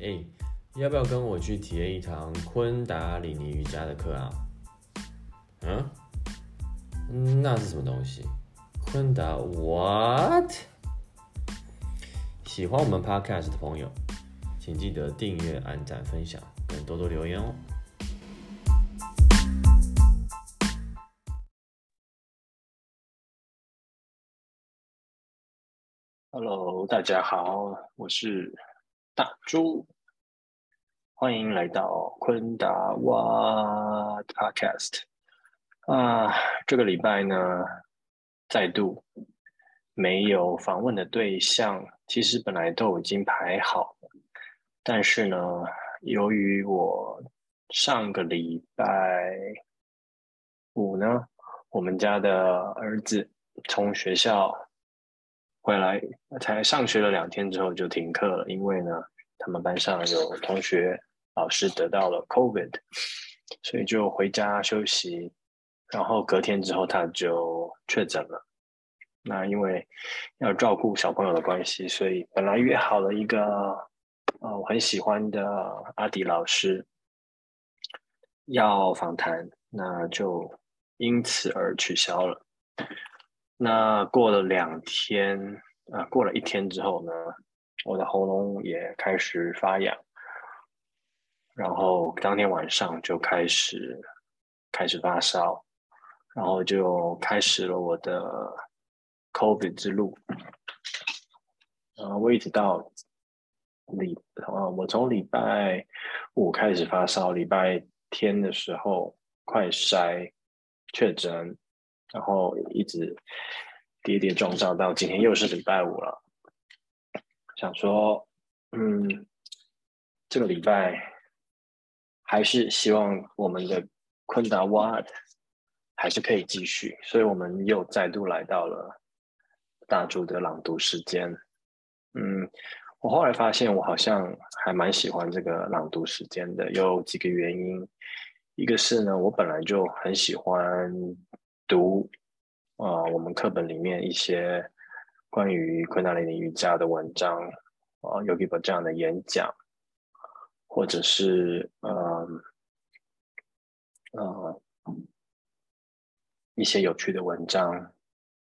哎，要不要跟我去体验一堂昆达里尼瑜伽的课啊？那是什么东西？昆达 what？喜欢我们 podcast 的朋友，请记得订阅、按赞、分享，跟多多留言哦。 Hello，大家好，我是大猪，欢迎来到昆达哇 Podcast 啊。这个礼拜呢，再度没有访问的对象，其实本来都已经排好了，但是呢，由于我上个礼拜五呢，我们家的儿子从学校回来，才上学了2天之后就停课了，因为呢，他们班上有同学老师得到了 COVID，所以就回家休息，然后隔天之后他就确诊了。那因为要照顾小朋友的关系，所以本来约好了一个我很喜欢的阿迪老师要访谈，那就因此而取消了。那过了2天，过了1天之后呢，我的喉咙也开始发痒，然后当天晚上就开始发烧，然后就开始了我的 COVID 之路。我一直到我从礼拜五开始发烧，礼拜天的时候快筛确诊，然后一直跌跌撞撞到今天又是礼拜五了。想说，这个礼拜还是希望我们的昆达瓦还是可以继续，所以我们又再度来到了大猪的朗读时间。我后来发现我好像还蛮喜欢这个朗读时间的，有几个原因。一个是呢，我本来就很喜欢读我们课本里面一些关于昆达里尼瑜伽的文章Yogi b 这样的演讲，或者是一些有趣的文章。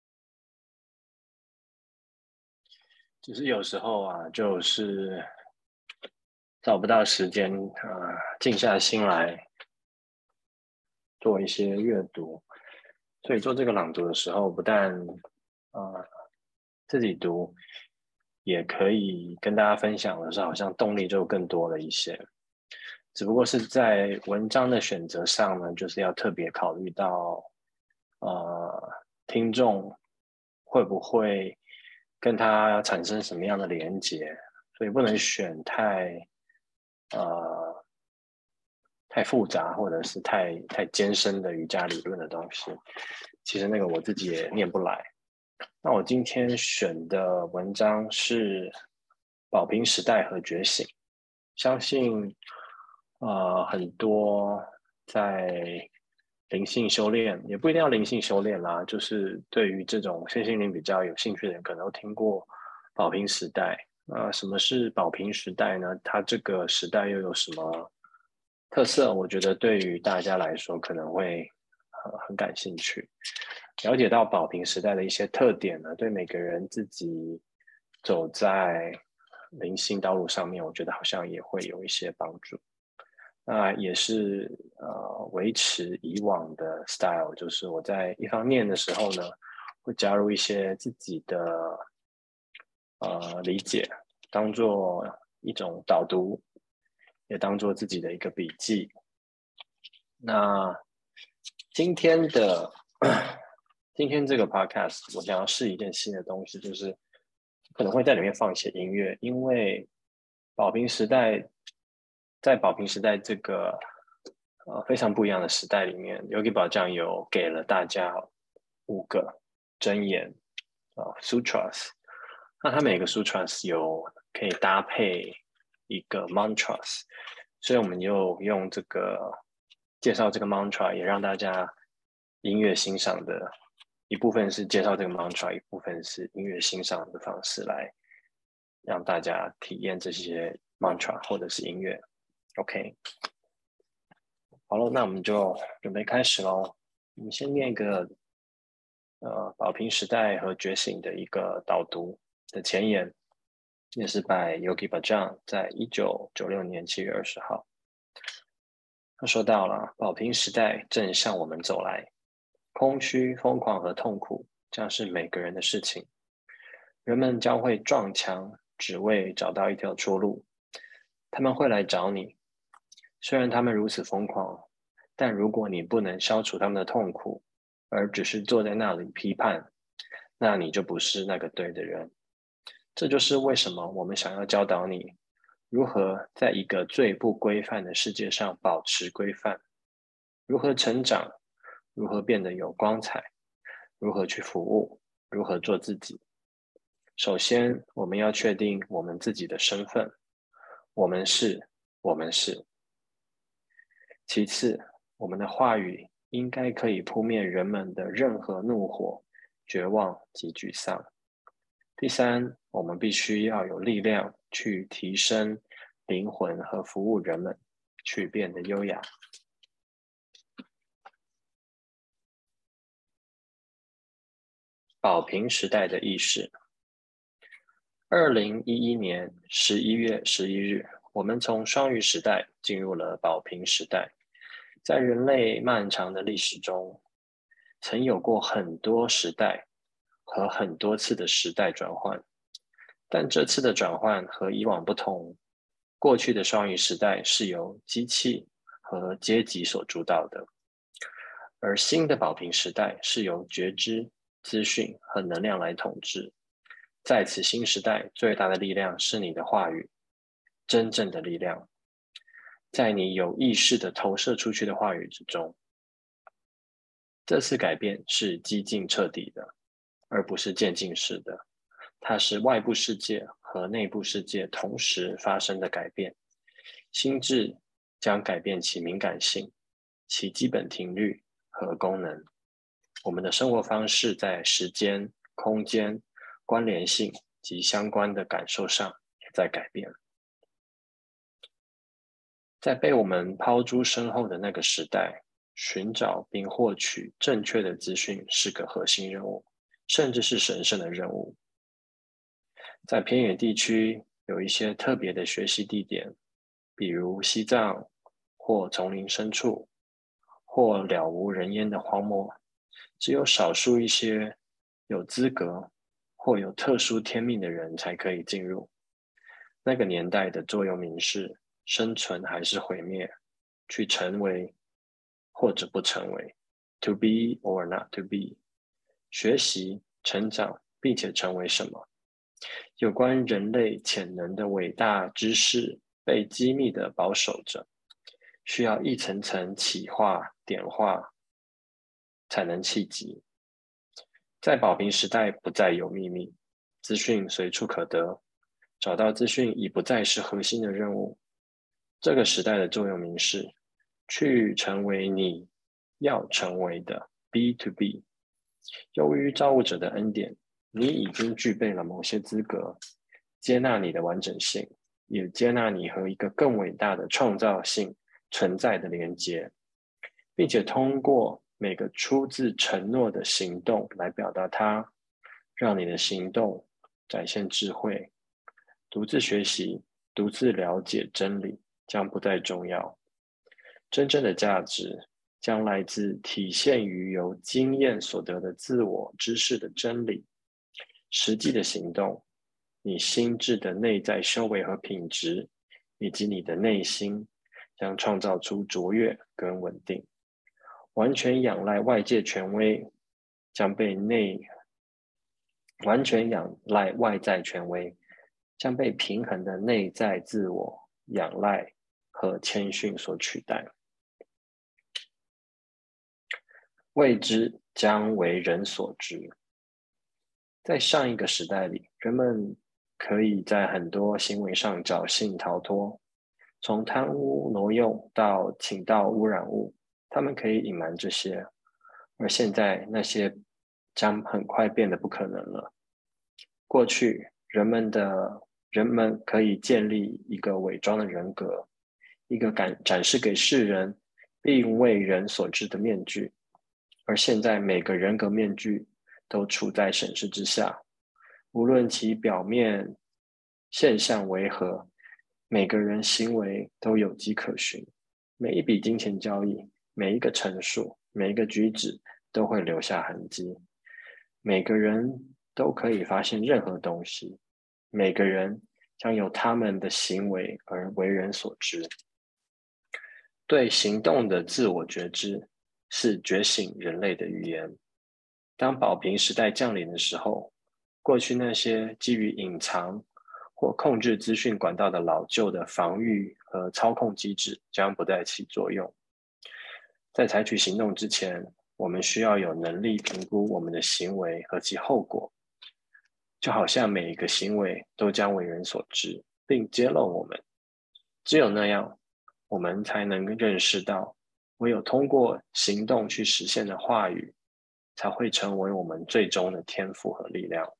就是有时候就是找不到时间静下心来做一些阅读，所以做这个朗读的时候，不但自己读，也可以跟大家分享的是，好像动力就更多了一些。只不过是在文章的选择上呢，就是要特别考虑到听众会不会跟他产生什么样的连结，所以不能选太复杂或者是太艰深的瑜伽理论的东西。其实那个我自己也念不来。那我今天选的文章是《宝瓶时代和觉醒》，相信很多在灵性修炼，也不一定要灵性修炼啦，就是对于这种身心灵比较有兴趣的人，可能都听过宝瓶时代。什么是宝瓶时代呢？它这个时代又有什么特色？我觉得对于大家来说可能会很感兴趣。了解到宝瓶时代的一些特点呢，对每个人自己走在灵性道路上面，我觉得好像也会有一些帮助。那也是维持以往的 style，就是我在一方念的时候呢，会加入一些自己的理解，当做一种导读，也当做自己的一个笔记。那今天的今天这个 podcast，我想要试一件新的东西，就是可能会在里面放一些音乐，因为宝瓶时代，在宝瓶时代这个非常不一样的时代里面，Yogi 宝匠有给了大家5个箴言sutras，那它每个 sutras 有可以搭配一个 mantras，所以我们就用这个介绍这个 mantra，也让大家音乐欣赏的一部分是介绍这个 mantra，一部分是音乐欣赏的方式来让大家体验这些 mantra 或者是音乐。OK， 好了，那我们就准备开始咯。我们先念一个宝瓶时代和觉醒的一个导读的前言，也是by Yogi Bhajan 在1996年7月20号。他说到了，宝瓶时代正向我们走来，空虚、疯狂和痛苦将是每个人的事情。人们将会撞墙，只为找到一条出路。他们会来找你，虽然他们如此疯狂，但如果你不能消除他们的痛苦，而只是坐在那里批判，那你就不是那个对的人。这就是为什么我们想要教导你如何在一个最不规范的世界上保持规范，如何成长，如何变得有光彩，如何去服务，如何做自己。首先，我们要确定我们自己的身份，我们是。其次，我们的话语应该可以扑灭人们的任何怒火、绝望及沮丧。第三，我们必须要有力量去提升灵魂和服务人们，去变得优雅。宝瓶时代的意识。2011年11月11日，我们从双鱼时代进入了宝瓶时代。在人类漫长的历史中，曾有过很多时代和很多次的时代转换，但这次的转换和以往不同。过去的双鱼时代是由机器和阶级所主导的，而新的宝瓶时代是由觉知、资讯和能量来统治。在此新时代，最大的力量是你的话语，真正的力量，在你有意识的投射出去的话语之中。这次改变是激进彻底的，而不是渐进式的。它是外部世界和内部世界同时发生的改变。心智将改变其敏感性、其基本频率和功能。我们的生活方式在时间、空间、关联性及相关的感受上也在改变。在被我们抛诸身后的那个时代，寻找并获取正确的资讯是个核心任务，甚至是神圣的任务。在偏远地区有一些特别的学习地点，比如西藏或丛林深处，或了无人烟的荒漠，只有少数一些有资格或有特殊天命的人才可以进入。那个年代的座右铭是：生存还是毁灭，去成为或者不成为 ，to be or not to be， 学习、成长，并且成为什么。有关人类潜能的伟大知识被机密地保守着，需要一层层启化、点化，才能企及。在宝瓶时代不再有秘密，资讯随处可得，找到资讯已不再是核心的任务。这个时代的座右铭是：去成为你要成为的 ，be to be。由于造物者的恩典，你已经具备了某些资格，接纳你的完整性，也接纳你和一个更伟大的创造性存在的连接，并且通过每个出自承诺的行动来表达它，让你的行动展现智慧。独自学习、独自了解真理将不再重要，真正的价值将来自体现于由经验所得的自我知识的真理。实际的行动，你心智的内在修为和品质，以及你的内心，将创造出卓越跟稳定。完全仰赖外界权威，完全仰赖外在权威，将被平衡的内在自我仰赖和谦逊所取代。未知将为人所知。在上一个时代里，人们可以在很多行为上侥幸逃脱，从贪污挪用到倾倒污染物，他们可以隐瞒这些，而现在那些将很快变得不可能了。过去人们的人们可以建立一个伪装的人格，一个展示给世人并为人所知的面具。而现在每个人格面具都处在审视之下，无论其表面现象为何，每个人行为都有迹可循。每一笔金钱交易，每一个陈述，每一个举止都会留下痕迹。每个人都可以发现任何东西，每个人将由他们的行为而为人所知。对行动的自我觉知是觉醒人类的语言。当宝瓶时代降临的时候，过去那些基于隐藏或控制资讯管道的老旧的防御和操控机制将不再起作用。在采取行动之前，我们需要有能力评估我们的行为和其后果，就好像每一个行为都将为人所知，并揭露我们。只有那样，我们才能认识到，唯有通过行动去实现的话语，才会成为我们最终的天赋和力量。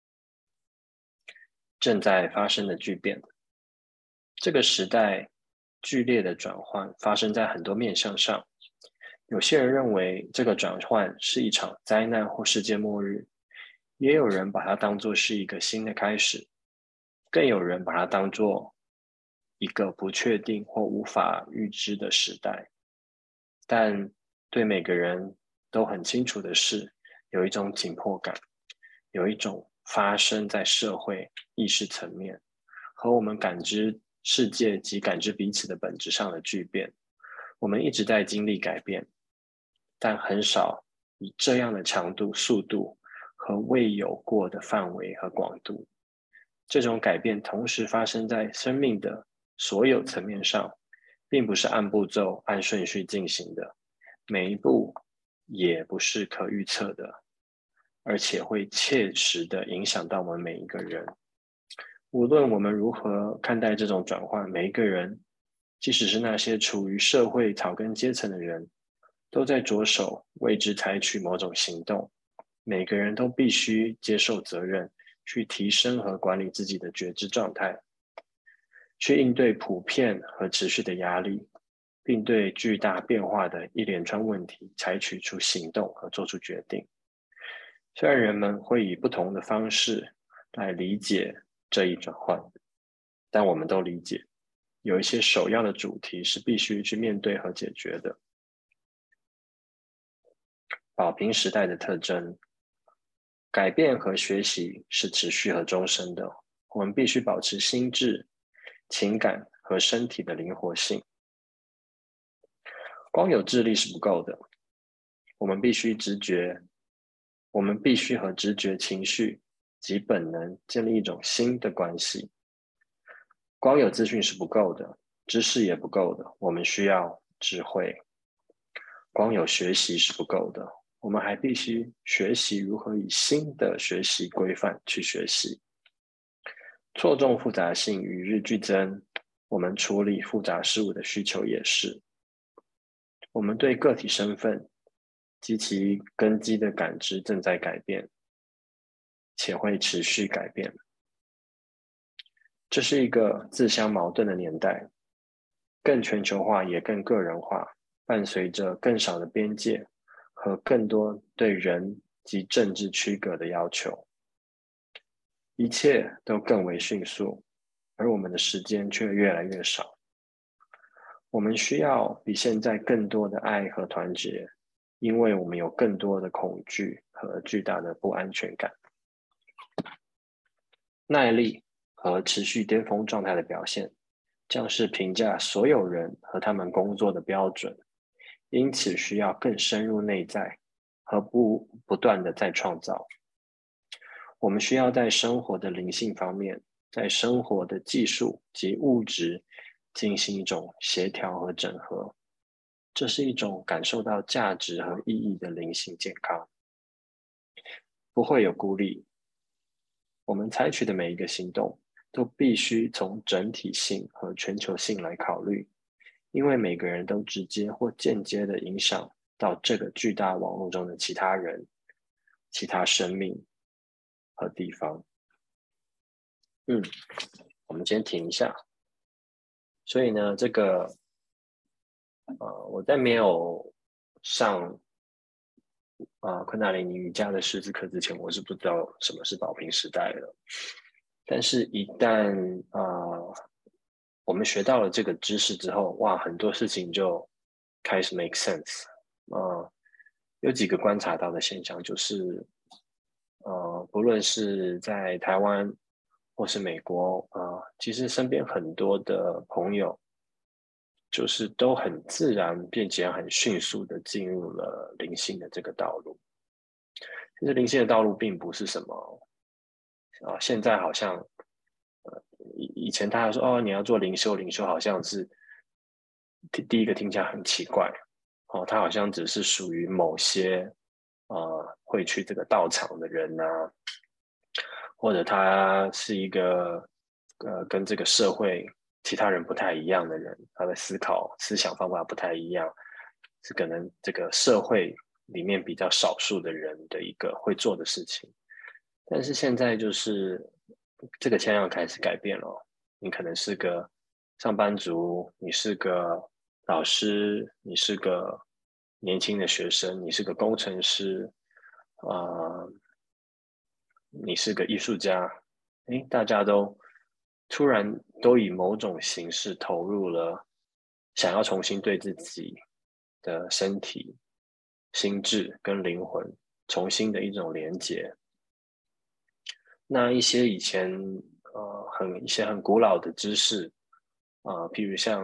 正在发生的巨变，这个时代剧烈的转换发生在很多面向上。有些人认为这个转换是一场灾难或世界末日，也有人把它当作是一个新的开始，更有人把它当作一个不确定或无法预知的时代。但对每个人都很清楚的是，有一种紧迫感，有一种发生在社会意识层面，和我们感知世界及感知彼此的本质上的巨变。我们一直在经历改变，但很少以这样的强度、速度和未有过的范围和广度。这种改变同时发生在生命的所有层面上，并不是按步骤、按顺序进行的，每一步也不是可预测的，而且会切实地影响到我们每一个人。无论我们如何看待这种转换，每一个人，即使是那些处于社会草根阶层的人，都在着手为之采取某种行动。每个人都必须接受责任，去提升和管理自己的觉知状态，去应对普遍和持续的压力，并对巨大变化的一连串问题采取出行动和做出决定。虽然人们会以不同的方式来理解这一转换，但我们都理解，有一些首要的主题是必须去面对和解决的。宝瓶时代的特征，改变和学习是持续和终身的，我们必须保持心智、情感和身体的灵活性。光有智力是不够的，我们必须和直觉、情绪及本能建立一种新的关系。光有资讯是不够的，知识也不够的，我们需要智慧。光有学习是不够的，我们还必须学习如何以新的学习规范去学习。错综复杂性与日俱增，我们处理复杂事物的需求也是。我们对个体身份及其根基的感知正在改变，且会持续改变。这是一个自相矛盾的年代，更全球化也更个人化，伴随着更少的边界和更多对人及政治区隔的要求。一切都更为迅速，而我们的时间却越来越少。我们需要比现在更多的爱和团结，因为我们有更多的恐惧和巨大的不安全感。耐力和持续巅峰状态的表现，将是评价所有人和他们工作的标准，因此需要更深入内在和不断的再创造。我们需要在生活的灵性方面，在生活的技术及物质进行一种协调和整合，这是一种感受到价值和意义的灵性健康。不会有孤立，我们采取的每一个行动都必须从整体性和全球性来考虑，因为每个人都直接或间接的影响到这个巨大网络中的其他人、其他生命和地方。 我们先停一下。所以呢，这个我在没有上昆达里尼瑜伽的师资课之前，我是不知道什么是宝瓶时代的。但是，一旦我们学到了这个知识之后，哇，很多事情就开始 make sense。有几个观察到的现象就是，不论是在台湾或是美国其实身边很多的朋友，就是都很自然并且很迅速的进入了灵性的这个道路。其实灵性的道路并不是什么现在好像以前大家说你要做灵修，灵修好像是第一个听起来很奇怪它好像只是属于某些会去这个道场的人或者他是一个跟这个社会其他人不太一样的人，他的思想方法不太一样，是可能这个社会里面比较少数的人的一个会做的事情。但是现在就是这个倾向开始改变了，你可能是个上班族，你是个老师，你是个年轻的学生，你是个工程师，你是个艺术家，大家都突然都以某种形式投入了，想要重新对自己的身体、心智跟灵魂重新的一种连接。那一些以前一些很古老的知识譬如像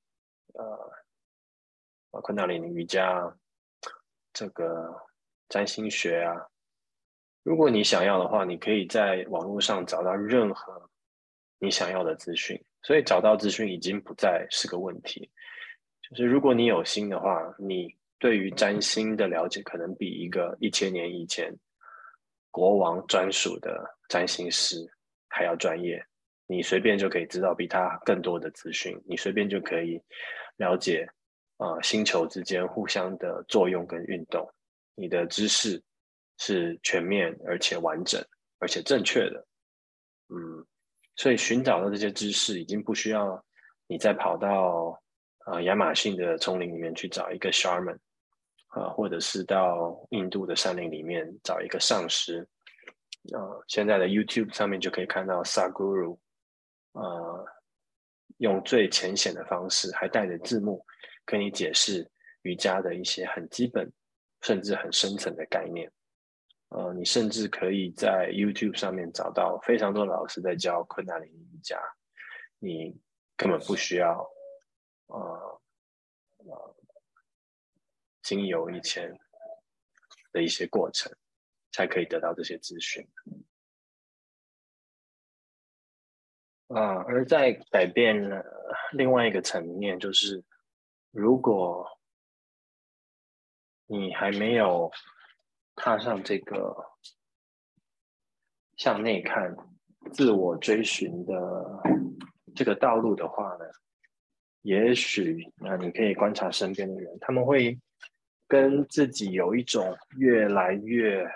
昆达里尼瑜伽这个占星学如果你想要的话，你可以在网络上找到任何你想要的资讯，所以找到资讯已经不再是个问题。就是如果你有心的话，你对于占星的了解可能比一个1000年以前国王专属的占星师还要专业。你随便就可以知道比他更多的资讯，你随便就可以了解星球之间互相的作用跟运动。你的知识是全面而且完整而且正确的。所以寻找到这些知识已经不需要你再跑到亚马逊的丛林里面去找一个 shaman 或者是到印度的山林里面找一个上师。现在的 YouTube 上面就可以看到 Sadhguru 用最浅显的方式，还带着字幕跟你解释瑜伽的一些很基本甚至很深层的概念。你甚至可以在 YouTube 上面找到非常多的老师在教昆达里尼瑜伽，你根本不需要经由以前的一些过程，才可以得到这些资讯。而在改变另外一个层面，就是如果你还没有踏上这个向内看、自我追寻的这个道路的话呢，也许你可以观察身边的人，他们会跟自己有一种越来越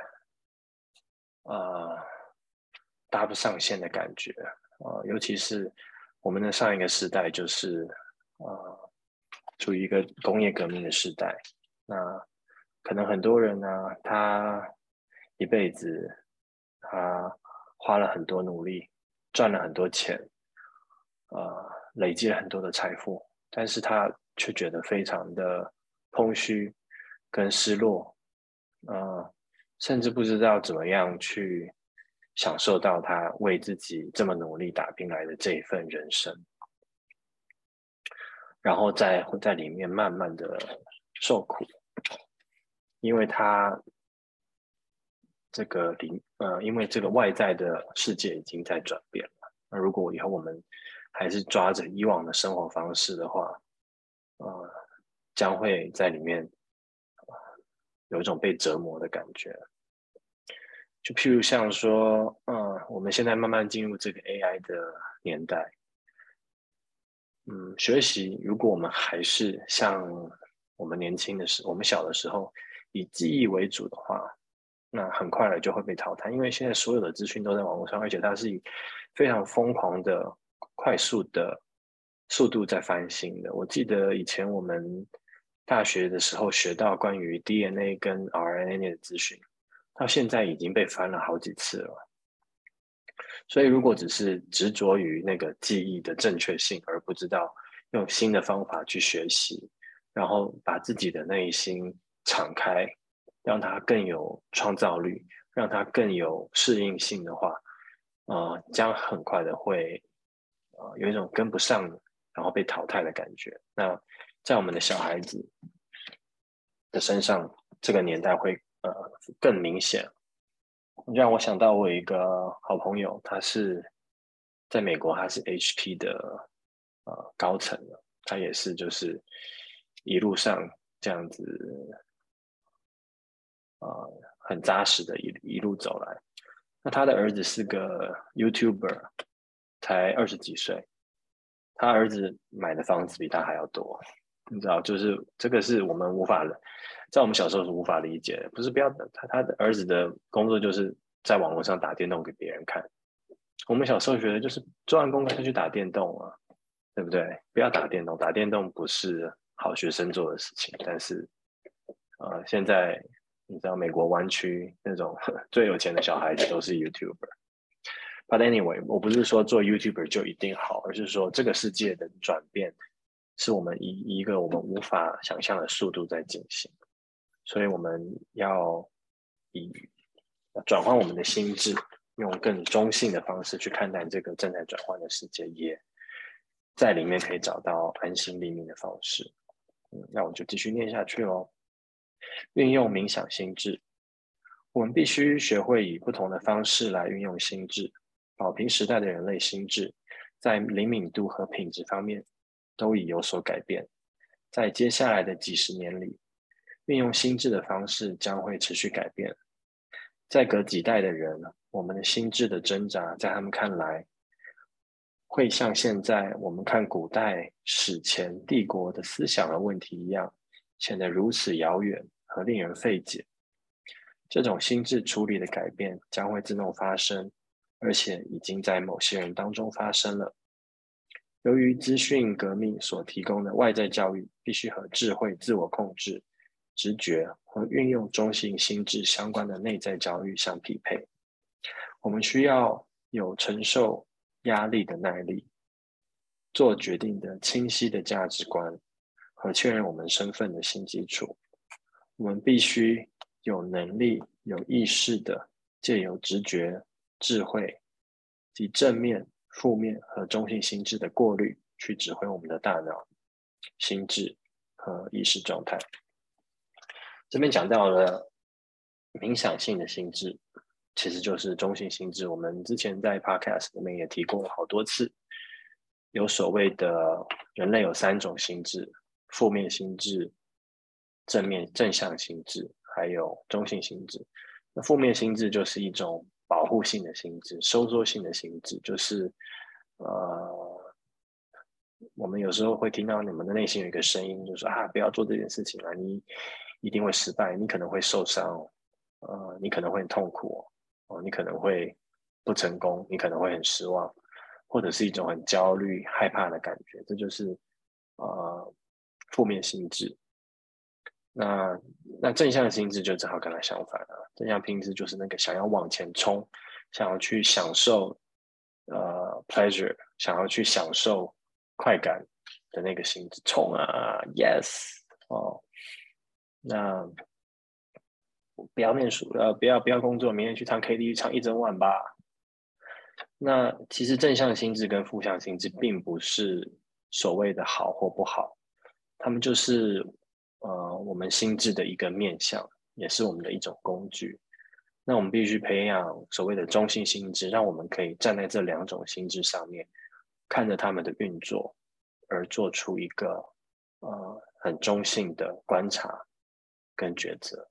搭不上线的感觉尤其是我们的上一个时代就是处于一个工业革命的时代，那可能很多人呢，他一辈子他花了很多努力，赚了很多钱，累积了很多的财富，但是他却觉得非常的空虚跟失落，甚至不知道怎么样去享受到他为自己这么努力打拼来的这一份人生，然后在里面慢慢的受苦，因为他因为这个外在的世界已经在转变了。那如果以后我们还是抓着以往的生活方式的话，将会在里面有一种被折磨的感觉。就譬如像说，我们现在慢慢进入这个 AI 的年代，学习如果我们还是像我们年轻的时候，我们小的时候以记忆为主的话， 那很快了就会被淘汰，因为现在所有的资讯都在网络上，而且它是以非常疯狂的、快速的速度在翻新的。我记得以前我们大学的时候学到关于 DNA 跟 RNA 的资讯，到现在已经被翻了好几次了。所以如果只是执着于那个记忆的正确性，而不知道用新的方法去学习，然后把自己的内心敞开，让它更有创造力，让它更有适应性的话，将很快的会有一种跟不上，然后被淘汰的感觉。那在我们的小孩子的身上，这个年代会更明显。让我想到我有一个好朋友，他是在美国，他是 HP 的高层的，他也是就是一路上这样子很扎实的一路走来。那他的儿子是个 YouTuber，才20几岁，他儿子买的房子比他还要多，你知道，就是这个是我们无法的，在我们小时候是无法理解的。不是不要他的儿子的工作就是在网络上打电动给别人看，我们小时候觉得就是做完功课就去打电动啊，对不对？不要打电动，打电动不是好学生做的事情。但是现在你知道美国湾区那种最有钱的小孩子都是 YouTuber。But anyway，我不是说做 YouTuber 就一定好，而是说这个世界的转变是我们以一个我们无法想象的速度在进行，所以我们要以转换我们的心智，用更中性的方式去看待这个正在转换的世界，也在里面可以找到安心立命的方式。那我就继续念下去喽。运用冥想心智，我们必须学会以不同的方式来运用心智。宝瓶时代的人类心智，在灵敏度和品质方面都已有所改变。在接下来的几十年里，运用心智的方式将会持续改变。再隔几代的人，我们的心智的挣扎，在他们看来，会像现在我们看古代史前帝国的思想的问题一样，显得如此遥远和令人费解。这种心智处理的改变将会自动发生，而且已经在某些人当中发生了。由于资讯革命所提供的外在教育必须和智慧、自我控制、直觉和运用中性心智相关的内在教育相匹配，我们需要有承受压力的耐力，做决定的清晰的价值观和确认我们身份的新基础。我们必须有能力、有意识的借由直觉、智慧及正面、负面和中性心智的过滤，去指挥我们的大脑、心智和意识状态。这边讲到了冥想性的心智，其实就是中性心智。我们之前在 Podcast 里面也提过好多次，有所谓的人类有3种心智：负面心智、正向心智，还有中性心智。那负面心智就是一种保护性的心智，收缩性的心智，就是我们有时候会听到你们的内心有一个声音，就说不要做这件事情啊，你一定会失败，你可能会受伤，你可能会很痛苦你可能会不成功，你可能会很失望，或者是一种很焦虑、害怕的感觉，这就是负面心智。那正向心智就正好跟它相反了。正向心智就是那个想要往前冲，想要去享受pleasure，想要去享受快感的那个心智，冲啊 ，yes 那不要念书，不要工作，明天去唱 KTV 唱一整晚吧。那其实正向心智跟负向心智并不是所谓的好或不好，他们就是我们心智的一个面向，也是我们的一种工具。那我们必须培养所谓的中性心智，让我们可以站在这2种心智上面，看着他们的运作，而做出一个很中性的观察跟抉择。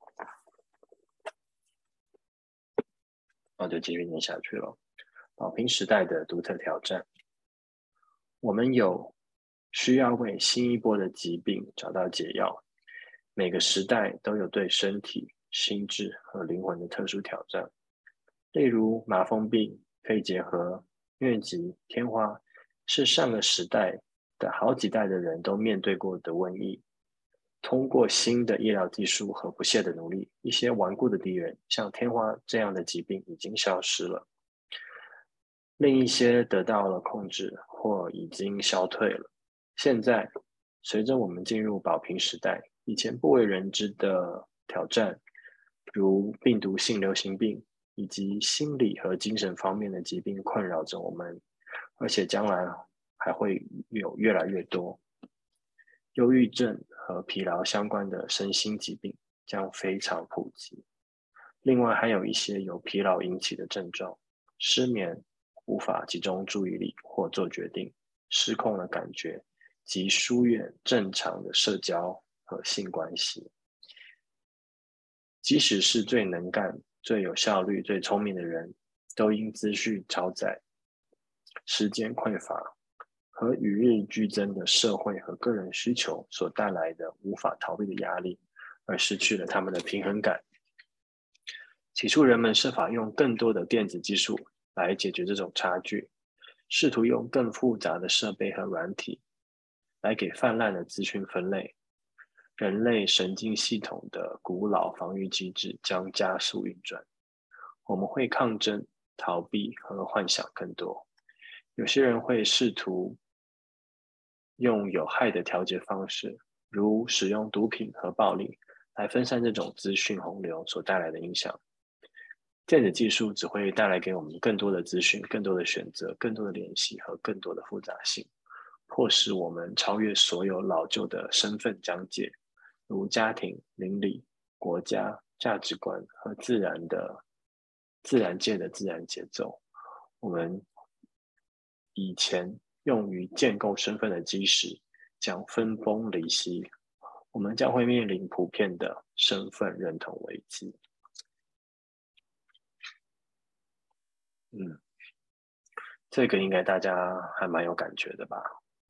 那就继续念下去了。宝瓶时代的独特挑战，我们需要为新一波的疾病找到解药。每个时代都有对身体、 心智和灵魂的特殊挑战。例如麻风病、肺结核、疟疾、天花，是上个时代的好几代的人都面对过的瘟疫。通过新的医疗技术和不懈的努力，一些顽固的敌人，像天花这样的疾病已经消失了，另一些得到了控制或已经消退了。现在，随着我们进入宝瓶时代，以前不为人知的挑战，如病毒性流行病以及心理和精神方面的疾病困扰着我们，而且将来还会有越来越多。忧郁症和疲劳相关的身心疾病将非常普及。另外，还有一些由疲劳引起的症状，失眠、无法集中注意力或做决定、失控的感觉及疏远正常的社交和性关系。即使是最能干、最有效率、最聪明的人，都因资讯超载、时间匮乏和与日俱增的社会和个人需求所带来的无法逃避的压力，而失去了他们的平衡感。起初，人们设法用更多的电子技术来解决这种差距，试图用更复杂的设备和软体来给泛滥的资讯分类。人类神经系统的古老防御机制将加速运转，我们会抗争、逃避和幻想更多。有些人会试图用有害的调节方式，如使用毒品和暴力，来分散这种资讯洪流所带来的影响。电子技术只会带来给我们更多的资讯、更多的选择、更多的联系和更多的复杂性，迫使我们超越所有老旧的身份疆界，如家庭、邻里、国家、价值观和自然界的自然节奏。我们以前用于建构身份的基石将分崩离析，我们将会面临普遍的身份认同危机。这个应该大家还蛮有感觉的吧？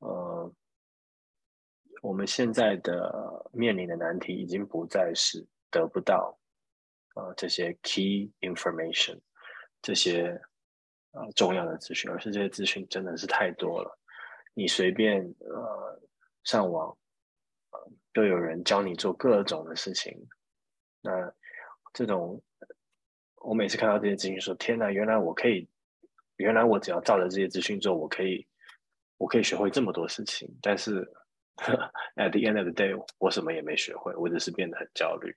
我们现在的面临的难题已经不再是得不到这些 key information， 这些重要的资讯，而是这些资讯真的是太多了。你随便上网，都有人教你做各种的事情。那这种，我每次看到这些资讯说，天哪，原来我只要照着这些资讯做，我可以学会这么多事情。但是at the end of the day， 我什么也没学会，我只是变得很焦虑。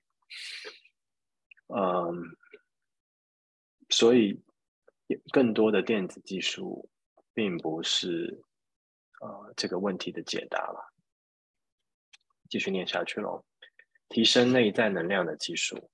所以更多的电子技术并不是这个问题的解答了。继续念下去咯。提升内在能量的技术。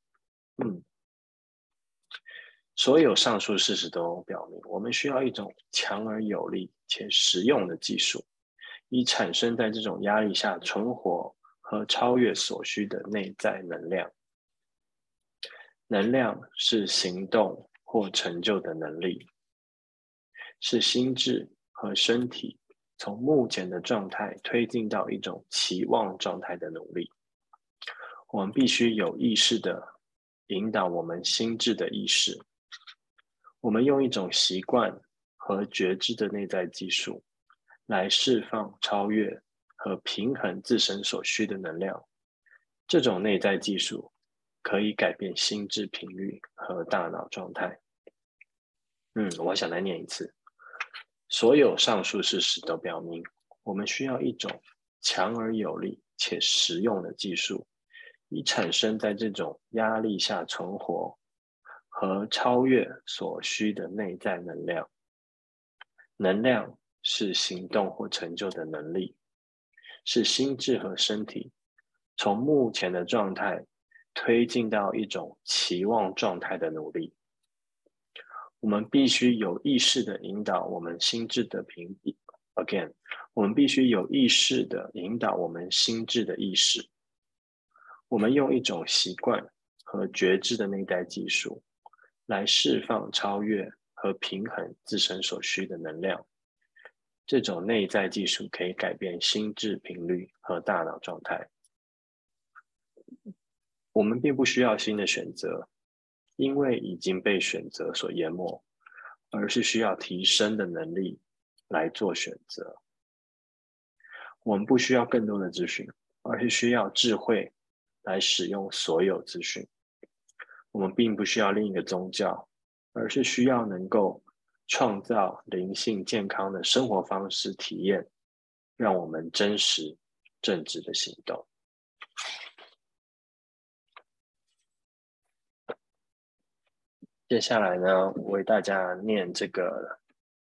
所有上述事实都表明，我们需要一种强而有力且实用的技术，以产生在这种压力下存活和超越所需的内在能量。能量是行动或成就的能力，是心智和身体从目前的状态推进到一种期望状态的努力。我们必须有意识地引导我们心智的意识。我们用一种习惯和觉知的内在技术来释放、超越和平衡自身所需的能量。这种内在技术可以改变心智频率和大脑状态。我想来念一次。所有上述事实都表明，我们需要一种强而有力且实用的技术，以产生在这种压力下存活和超越所需的内在能量。能量是行动或成就的能力，是心智和身体从目前的状态推进到一种期望状态的努力。我们必须有意识地引导我们心智的我们必须有意识地引导我们心智的意识。我们用一种习惯和觉知的内在技术来释放、超越和平衡自身所需的能量。这种内在技术可以改变心智频率和大脑状态。 我们并不需要新的选择，因为已经被选择所淹没，而是需要提升的能力来做选择。我们不需要更多的资讯，而是需要智慧来使用所有资讯。我们并不需要另一个宗教，而是需要能够创造灵性健康的生活方式体验，让我们真实正直的行动。接下来呢，我为大家念这个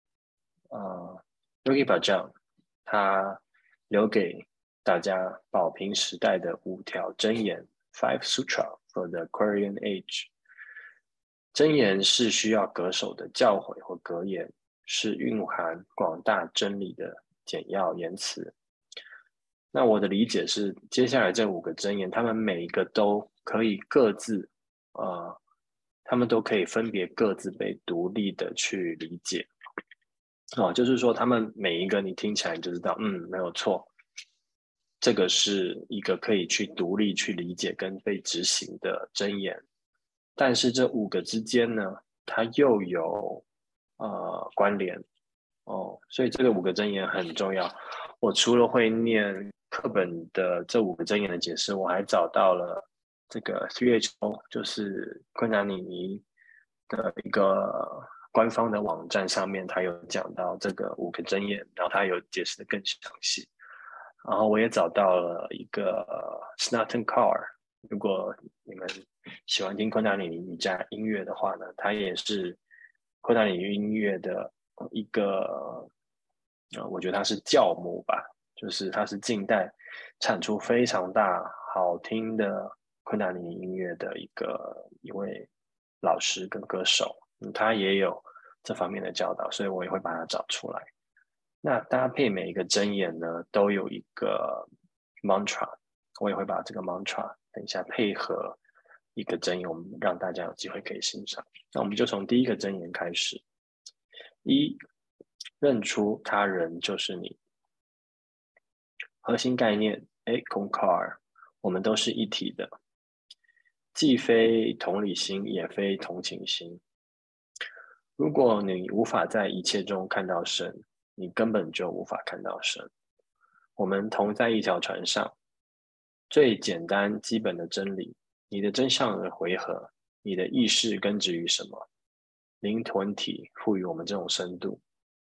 Yogi Bhajan 他留给大家宝瓶时代的5条箴言 Five Sutra for the Aquarian Age。 箴言是需要恪守的教诲或格言，是蕴含广大真理的简要言辞。那我的理解是，接下来这5个箴言，他们每一个都可以各自他们都可以分别各自被独立的去理解。就是说他们每一个你听起来你就知道，没有错，这个是一个可以去独立去理解跟被执行的箴言。但是这5个之间呢，它又有关联所以这个5个箴言很重要。我除了会念课本的这5个箴言的解释，我还找到了这个 3HO 就是昆达里尼的一个官方的网站上面，它有讲到这个5个箴言，然后它有解释的更详细。然后我也找到了一个 Snatan Kaur， 如果你们喜欢听昆达里尼瑜伽音乐的话呢，它也是昆达里尼音乐的一个我觉得它是教母吧，就是它是近代产出非常大好听的昆达里尼音乐的一位老师跟歌手，他也有这方面的教导，所以我也会把它找出来。那搭配每一个箴言呢，都有一个 mantra， 我也会把这个 mantra 等一下配合一个箴言，我们让大家有机会可以欣赏。那我们就从第一个箴言开始。1，认出他人就是你。核心概念 Ekar， 我们都是一体的，既非同理心，也非同情心。如果你无法在一切中看到神，你根本就无法看到神。我们同在一条船上，最简单基本的真理，你的真相的回合，你的意识根植于什么？灵魂体赋予我们这种深度。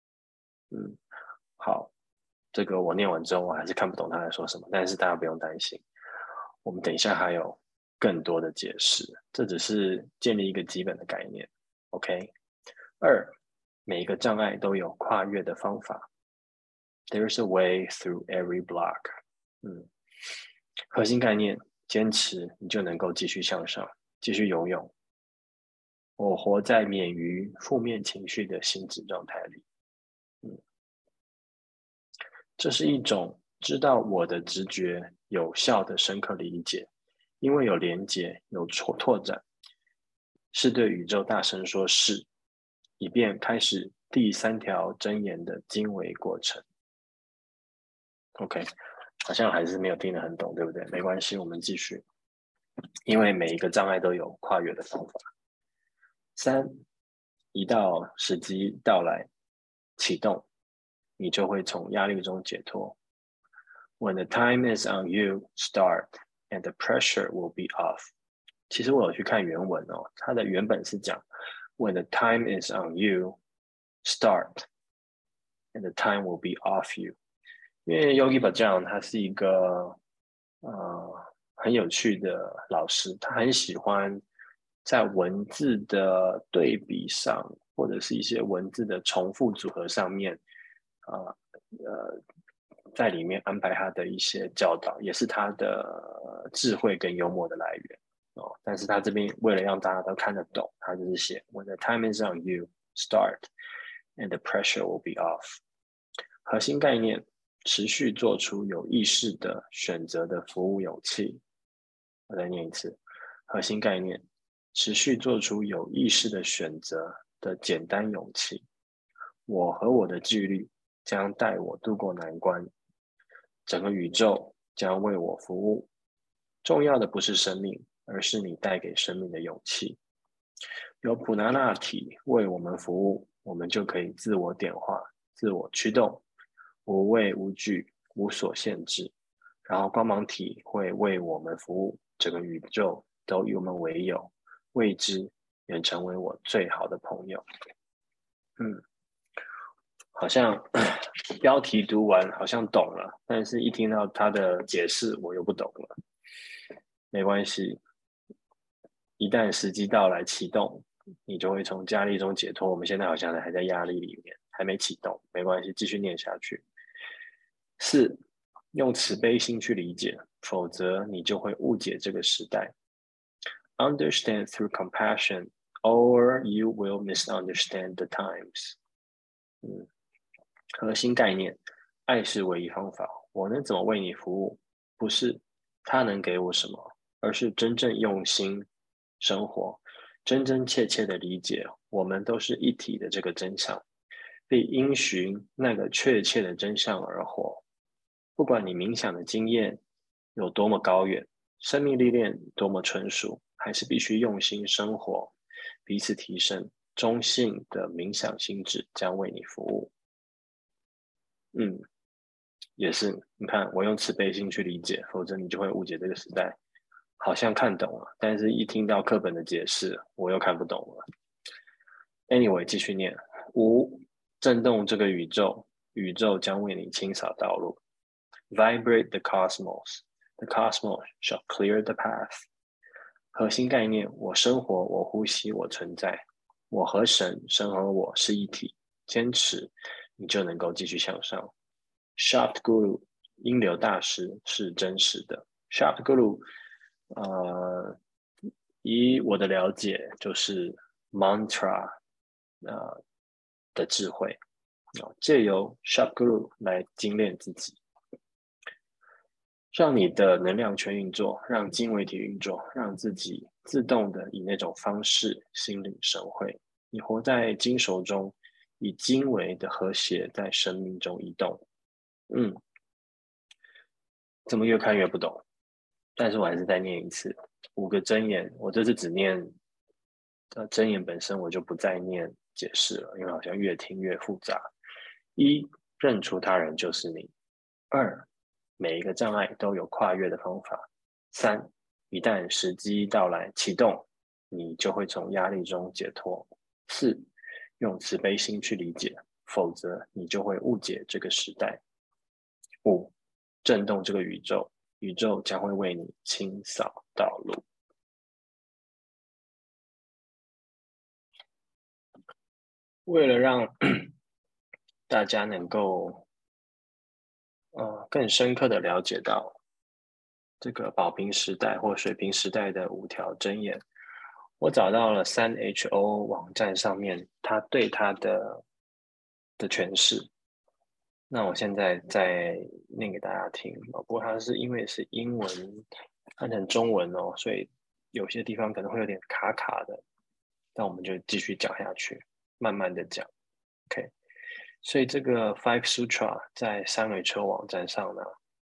好，这个我念完之后，我还是看不懂他在说什么，但是大家不用担心，我们等一下还有更多的解释，这只是建立一个基本的概念。OK， 2，每一个障碍都有跨越的方法。There's a way through every block。核心概念，坚持你就能够继续向上，继续游泳。我活在免于负面情绪的心智状态里。这是一种知道我的直觉有效的深刻理解，因为有连结，有拓展，是对宇宙大声说是，以便开始第3条箴言的经纬过程。OK， 好像还是没有听得很懂，对不对？没关系，我们继续。因为每一个障碍都有跨越的方法。3，一到时机到来，启动，你就会从压力中解脱。When the time is on you, start, and the pressure will be off。其实我有去看原文它的原本是讲 When the time is on you, start, and the time will be off you。因为 Yogi Bhajan 他是一个很有趣的老师，他很喜欢在文字的对比上，或者是一些文字的重复组合上面，在里面安排他的一些教导，也是他的智慧跟幽默的来源但是他这边为了让大家都看得懂，他就是写 When the time is on you, start, and the pressure will be off。 核心概念，持续做出有意识的选择的服务勇气。我再念一次，核心概念，持续做出有意识的选择的简单勇气。我和我的纪律将带我度过难关，整个宇宙将为我服务。重要的不是生命， 而是你带给生命的勇气。有普纳纳体为我们服务，我们就可以自我点化、自我驱动，无畏无惧，无所限制。然后光芒体会为我们服务，整个宇宙都以我们为友，未知也成为我最好的朋友。好像标题读完好像懂了，但是一听到他的解释，我又不懂了。没关系，一旦时机到来启动，你就会从压力中解脱。我们现在好像还在压力里面，还没启动，没关系，继续念下去。4. 用慈悲心去理解，否则你就会误解这个时代。Understand through compassion, or you will misunderstand the times. 核心概念，爱是唯一方法。我能怎么为你服务？不是他能给我什么，而是真正用心生活，真真切切的理解我们都是一体的这个真相，并因循那个确切的真相而活。不管你冥想的经验有多么高远，生命历练多么纯熟，还是必须用心生活，彼此提升。中性的冥想心智将为你服务。也是，你看，我用慈悲心去理解，否则你就会误解这个时代。好像看懂了，但是一听到课本的解释，我又看不懂了。Anyway，继续念。5. 震动这个宇宙，宇宙将为你清扫道路。Vibrate the cosmos, the cosmos shall clear the path. 核心概念：我生活，我呼吸，我存在。我和神，神和我是一体。坚持，你就能够继续向上。Shabd Guru 音流大师是真实的。Shabd Guru，以我的了解，就是 mantra 的智慧，借由 Shabd Guru 来精炼自己，让你的能量圈运作，让经纬体运作，让自己自动的以那种方式心领神会。你活在经手中，以经纬的和谐在生命中移动。怎么越看越不懂？但是我还是再念一次5个箴言。我这次只念箴言本身，我就不再念解释了，因为好像越听越复杂。1. 认出他人就是你。2. 每一个障碍都有跨越的方法。3. 一旦时机到来启动，你就会从压力中解脱。4. 用慈悲心去理解，否则你就会误解这个时代。5. 震动这个宇宙，宇宙将会为你清扫道路。为了让大家能够更深刻的了解到这个宝瓶时代或水瓶时代的5条箴言，我找到了3HO 网站上面他对他的诠释。那我现在再念给大家听，不过它是因为是英文翻成中文哦，所以有些地方可能会有点卡卡的，那我们就继续讲下去，慢慢的讲。OK， 所以这个 Five Sutra 在3HO网站上呢，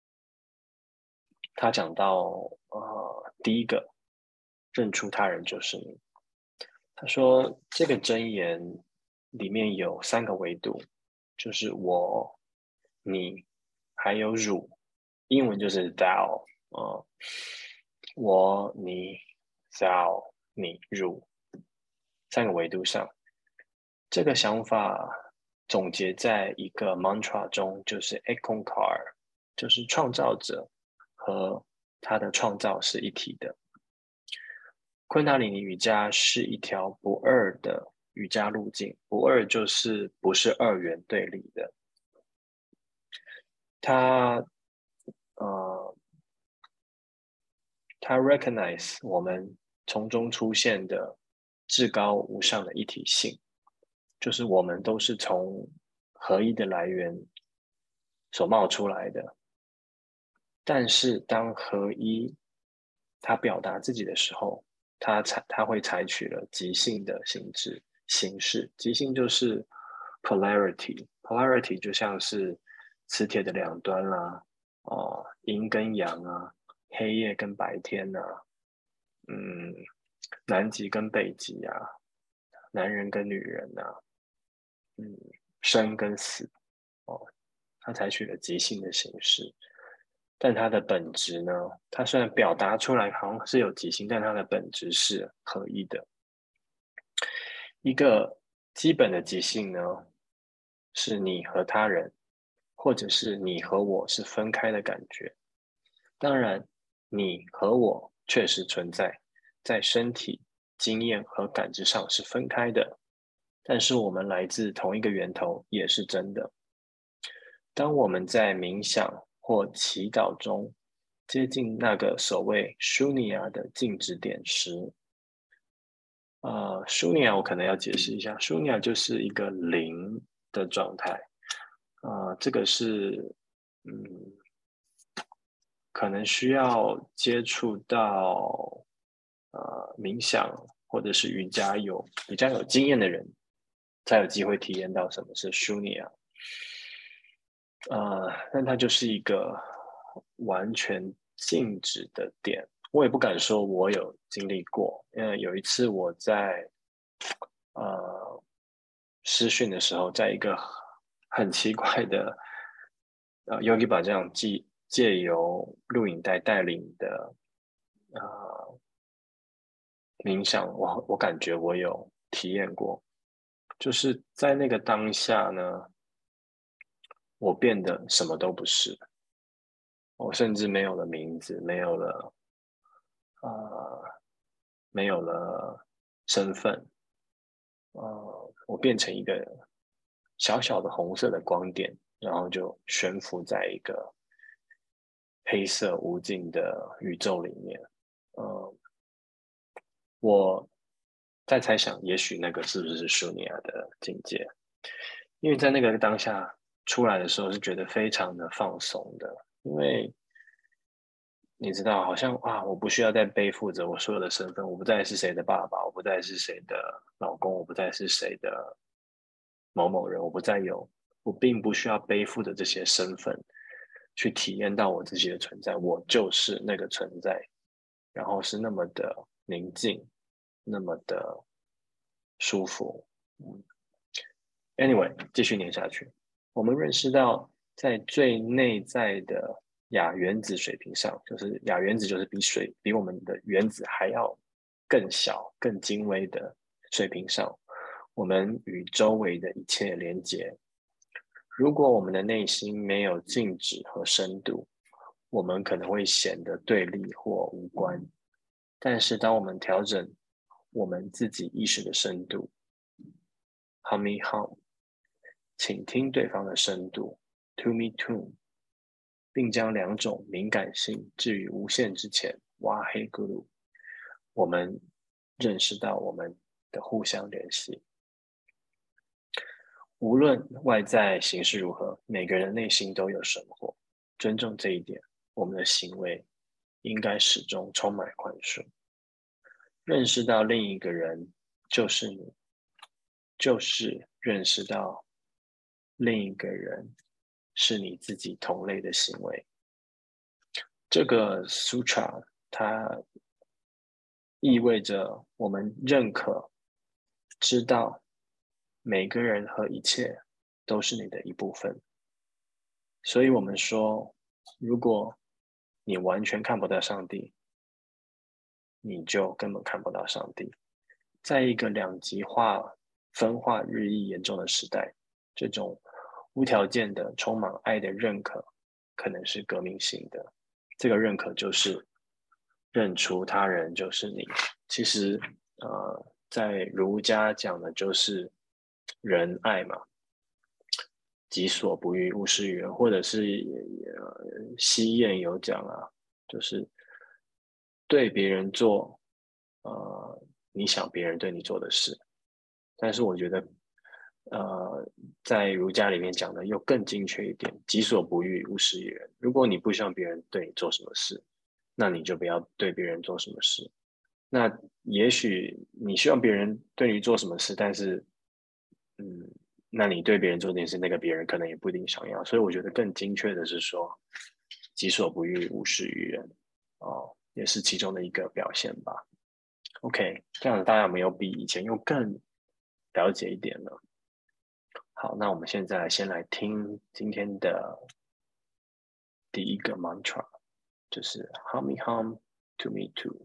他讲到第一个，认出他人就是你。他说这个箴言里面有3个维度，就是我、你还有汝，英文就是 thou 我、你、thou、你、汝3个维度上。这个想法总结在一个 mantra 中，就是 Ekankar， 就是创造者和他的创造是一体的。昆达里尼瑜伽是一条不二的瑜伽路径，不二就是不是二元对立的。它recognize 我们从中出现的至高无上的一体性，就是我们都是从合一的来源所冒出来的。但是当合一它表达自己的时候，它会采取了即兴的形式。即兴就是 polarity 就像是磁铁的两端啦，阴跟阳啊，黑夜跟白天啊， 南极跟北极啊，男人跟女人啊，生跟死哦，他采取了即兴的形式，但它的本质呢，它虽然表达出来好像是有即兴，但它的本质是合一的。一个基本的即兴呢，是你和他人，或者是你和我是分开的感觉。当然，你和我确实存在，在身体、经验和感知上是分开的，但是我们来自同一个源头，也是真的。当我们在冥想或祈祷中接近那个所谓舒尼亚的静止点时，舒尼亚我可能要解释一下，舒尼亚就是一个零的状态，这个是嗯，可能需要接触到冥想或者是瑜伽比较有经验的人，才有机会体验到什么是舒尼亚。但它就是一个完全静止的点。我也不敢说我有经历过，因为有一次我在师训的时候，在一个很奇怪的Yogi 把这样借由录影带带领的冥想，我感觉我有体验过，就是在那个当下呢，我变得什么都不是，我甚至没有了名字，呃没有了身份，我变成一个小小的红色的光点，然后就悬浮在一个黑色无尽的宇宙里面。我在猜想，也许那个是不是舒尼亚的境界？因为在那个当下出来的时候，是觉得非常的放松的，因为你知道，好像我不需要再背负着我所有的身份，我不再是谁的爸爸，我不再是谁的老公，我不再是谁的某某人，我并不需要背负着这些身份去体验到我自己的存在，我就是那个存在，然后是那么的宁静，那么的舒服。Anyway，继续念下去，我们认识到，在最内在的亚原子水平上，就是亚原子就是比我们的原子还要更小、更精微的水平上，我们与周围的一切连接。如果我们的内心没有静止和深度，我们可能会显得对立或无关。但是，当我们调整我们自己意识的深度 ，hum me hum，倾听对方的深度 ，to me tune，并将两种敏感性置于无限之前，哇嘿咕噜，我们认识到我们的互相联系。无论外在形式如何，每个人内心都有生活。尊重这一点，我们的行为应该始终充满宽恕。认识到另一个人就是你，就是认识到另一个人是你自己同类的行为。这个 sutra 它意味着我们认可、知道每个人和一切都是你的一部分。所以我们说，如果你完全看不到上帝，你就根本看不到上帝。在一个两极化、分化日益严重的时代，这种无条件的、充满爱的认可，可能是革命性的。这个认可就是认出他人就是你。其实，在儒家讲的就是仁爱嘛，己所不欲，勿施于人，或者是西谚有讲啊，就是对别人做你想别人对你做的事。但是我觉得，在儒家里面讲的又更精确一点，己所不欲，勿施于人。如果你不希望别人对你做什么事，那你就不要对别人做什么事。那也许你希望别人对你做什么事，但是，那你对别人做这件事，那个别人可能也不一定想要。所以我觉得更精确的是说，己所不欲，勿施于人。哦，也是其中的一个表现吧。 OK，这样子大家有没有比以前又更了解一点了？好，那我们现在先来听今天的第一个 mantra，就是 hum me hum to me too。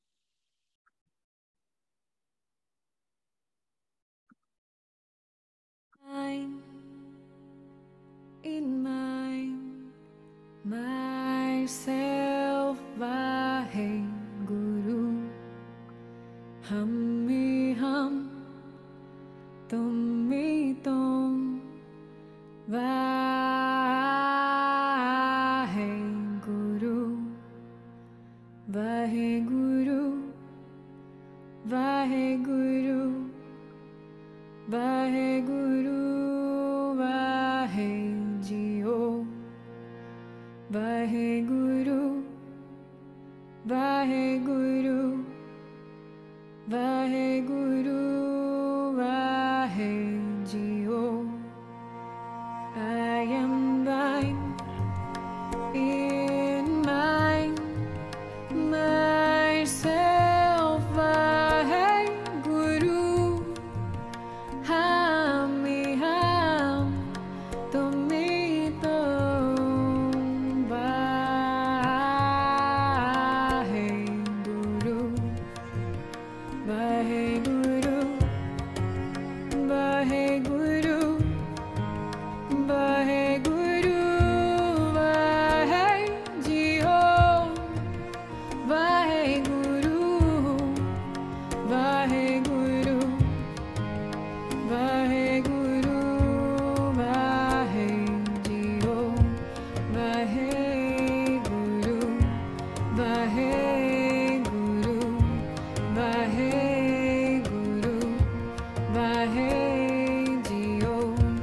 In myself, Vaheguru, hum me hum, tum me tum, Vaheguru, Vaheguru, Vaheguru, Vaheguru, Vahejio, Vaheguru, Vaheguru, Vaheguru, Vahejio. I am thine in myself, Vaheguru. Hum me hum, tum me tum, Vaheguru, Vaheguru, Vaheguru, Vaheguru, Vahejio, Vaheguru, Vaheguru, Vaheguru, Vahejio, Vaheguru, Vaheguru, Vaheguru, Vahejio,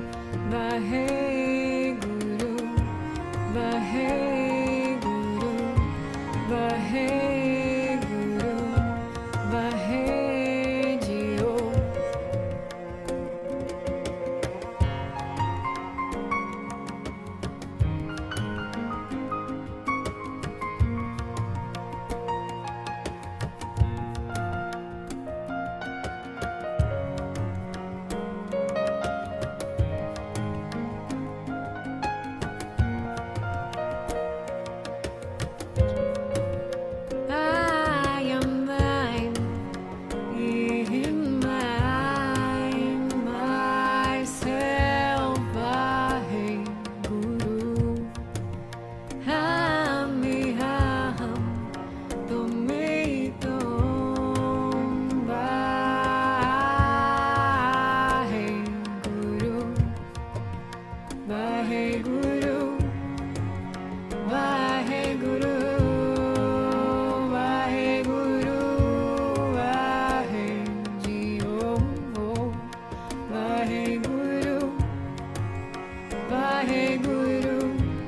Vaheguru, Vaheguru, Vaheguru, Vahejio. I am thine in myself, Vaheguru. Hum me hum, tum me tum, Vaheguru, Vaheguru, Vaheguru, Vaheguru, Vahejio, Vaheguru, Vaheguru,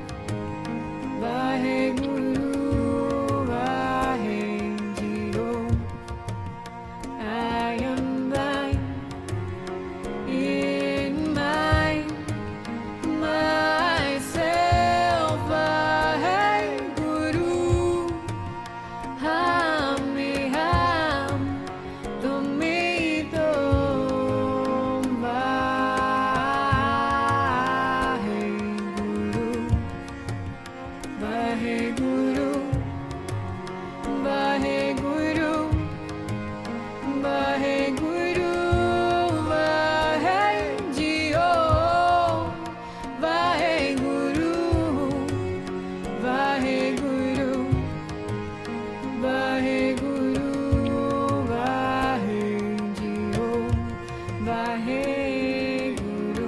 Vaheguru, Vahejio. I am thine in myself, Vaheguru. Hum me hum, tum me tum, Vaheguru, Vaheguru, Vaheguru, Vahejio, Vaheguru, Vaheguru, Vaheguru, Vahejio, Vaheguru,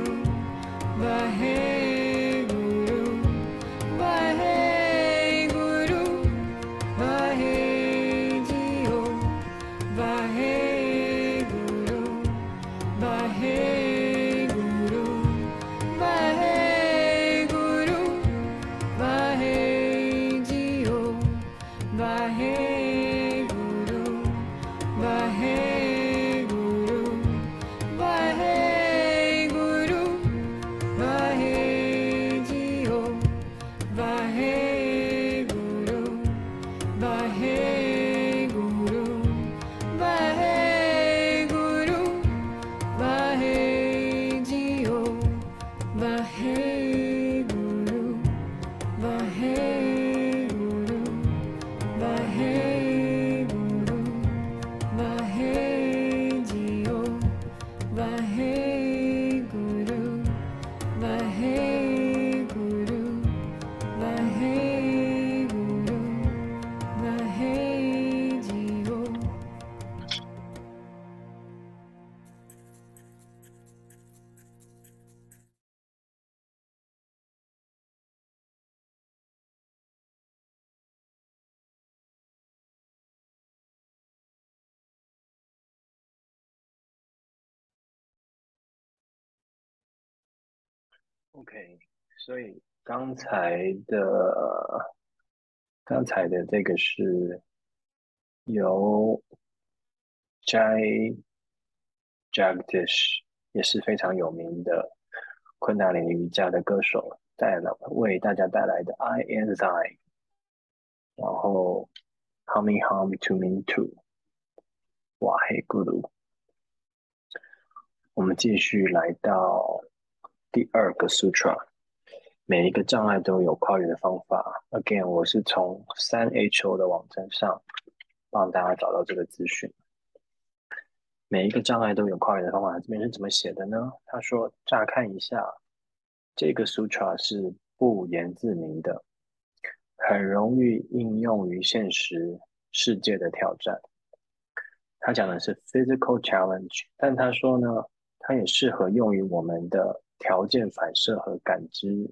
Vaheguru, Vaheguru, Vahejio, Vaheguru, Vaheguru, Vaheguru, Vahejio, Vaheguru, Vaheguru, Vaheguru, Vahejio, Vaheguru, Vaheguru, Vaheguru, Vaheguru, Vaheguru, Vaheguru. OK，所以刚才的这个是由 Jai Jagdish 也是非常有名的昆达里尼瑜伽的歌手为大家带来的 I Am Thine， 然后 Hum Hum To Me Too， 哇嘿咕噜。我们继续来到第2个 Sutra， 每一个障碍都有跨越的方法。Again， 我是从 3HO 的网站上帮大家找到这个资讯。每一个障碍都有跨越的方法，这边是怎么写的呢？他说，乍看一下，这个 Sutra 是不言自明的，很容易应用于现实世界的挑战。他讲的是 physical challenge， 但他说呢，它也适合用于我们的条件反射和感知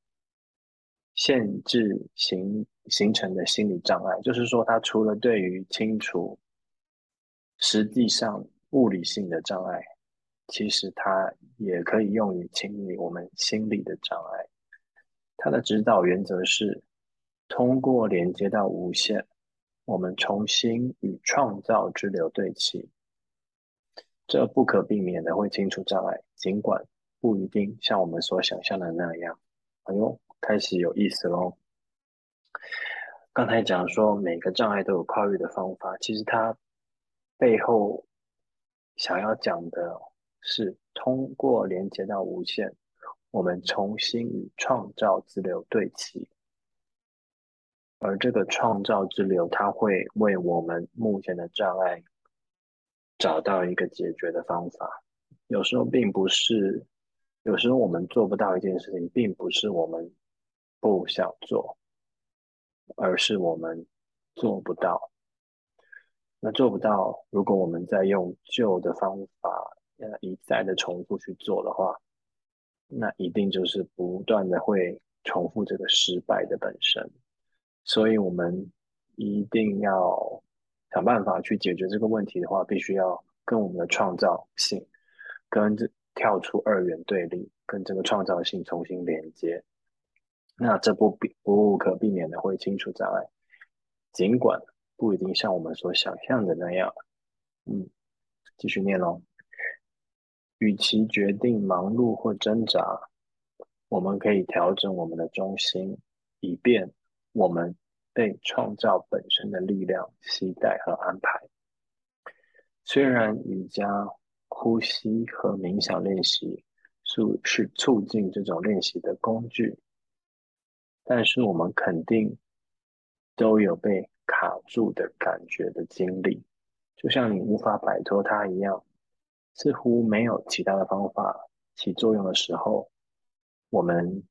限制形成的心理障碍。就是说，它除了对于清除实际上物理性的障碍，其实它也可以用于清理我们心理的障碍。它的指导原则是，通过连接到无限，我们重新与创造之流对齐。这不可避免的会清除障碍，尽管不一定像我们所想象的那样。哎呦，开始有意思咯。刚才讲说每个障碍都有跨越的方法，其实它背后想要讲的是，通过连接到无限，我们重新与创造之流对齐。而这个创造之流，它会为我们目前的障碍找到一个解决的方法。有时候我们做不到一件事情，并不是我们不想做，而是我们做不到。那做不到，如果我们再用旧的方法一再的重复去做的话，那一定就是不断的会重复这个失败的本身。所以我们一定要想办法去解决这个问题的话，必须要跟我们的创造性跳出二元对立，跟这个创造性重新连接。那这不可避免的会清除障碍，尽管不一定像我们所想象的那样。继续念咯。与其决定忙碌或挣扎，我们可以调整我们的中心，以便我们被创造本身的力量期待和安排。虽然瑜伽、呼吸和冥想练习是促进这种练习的工具，但是我们肯定都有被卡住的感觉的经历，就像你无法摆脱它一样。似乎没有其他的方法起作用的时候，我们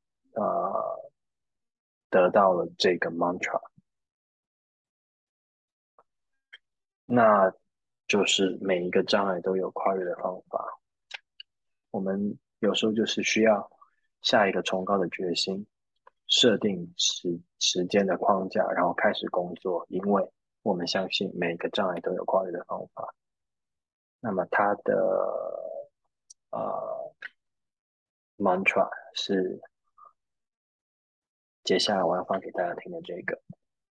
得到了这个 mantra， 那就是每一个障碍都有跨越的方法。我们有时候就是需要下一个崇高的决心，设定时间的框架，然后开始工作，因为我们相信每一个障碍都有跨越的方法。那么它的mantra 是接下来我要放给大家听的这个。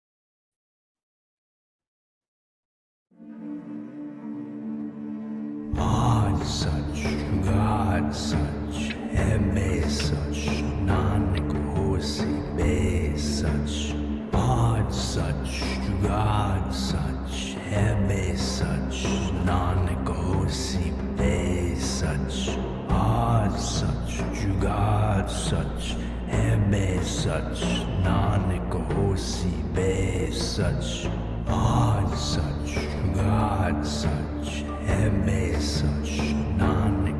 God such, God such, Heme such, Nanak hosi be such. God such, God such, Heme such, Nanak hosi be such. God such, God such, Heme such, Nanak hosi be such. God such, God such, Heme such, Nanak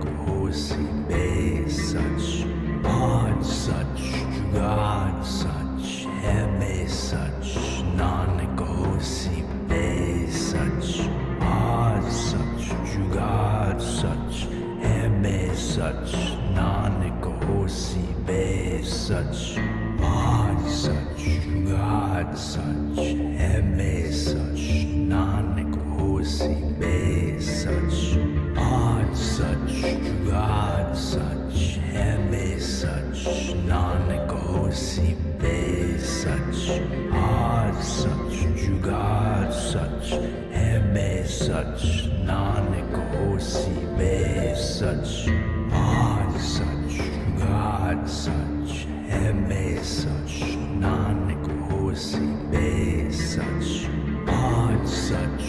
such, Nanak hosi be such, Ad such, God such, Heme such, Nanak hosi be such, Ad such, God such, Heme such, Nanak hosi be such, Ad such, God such, Heme such, Nanak hosi be such, Ad such, God such, Heme such, Nanak hosi be such, Ad such,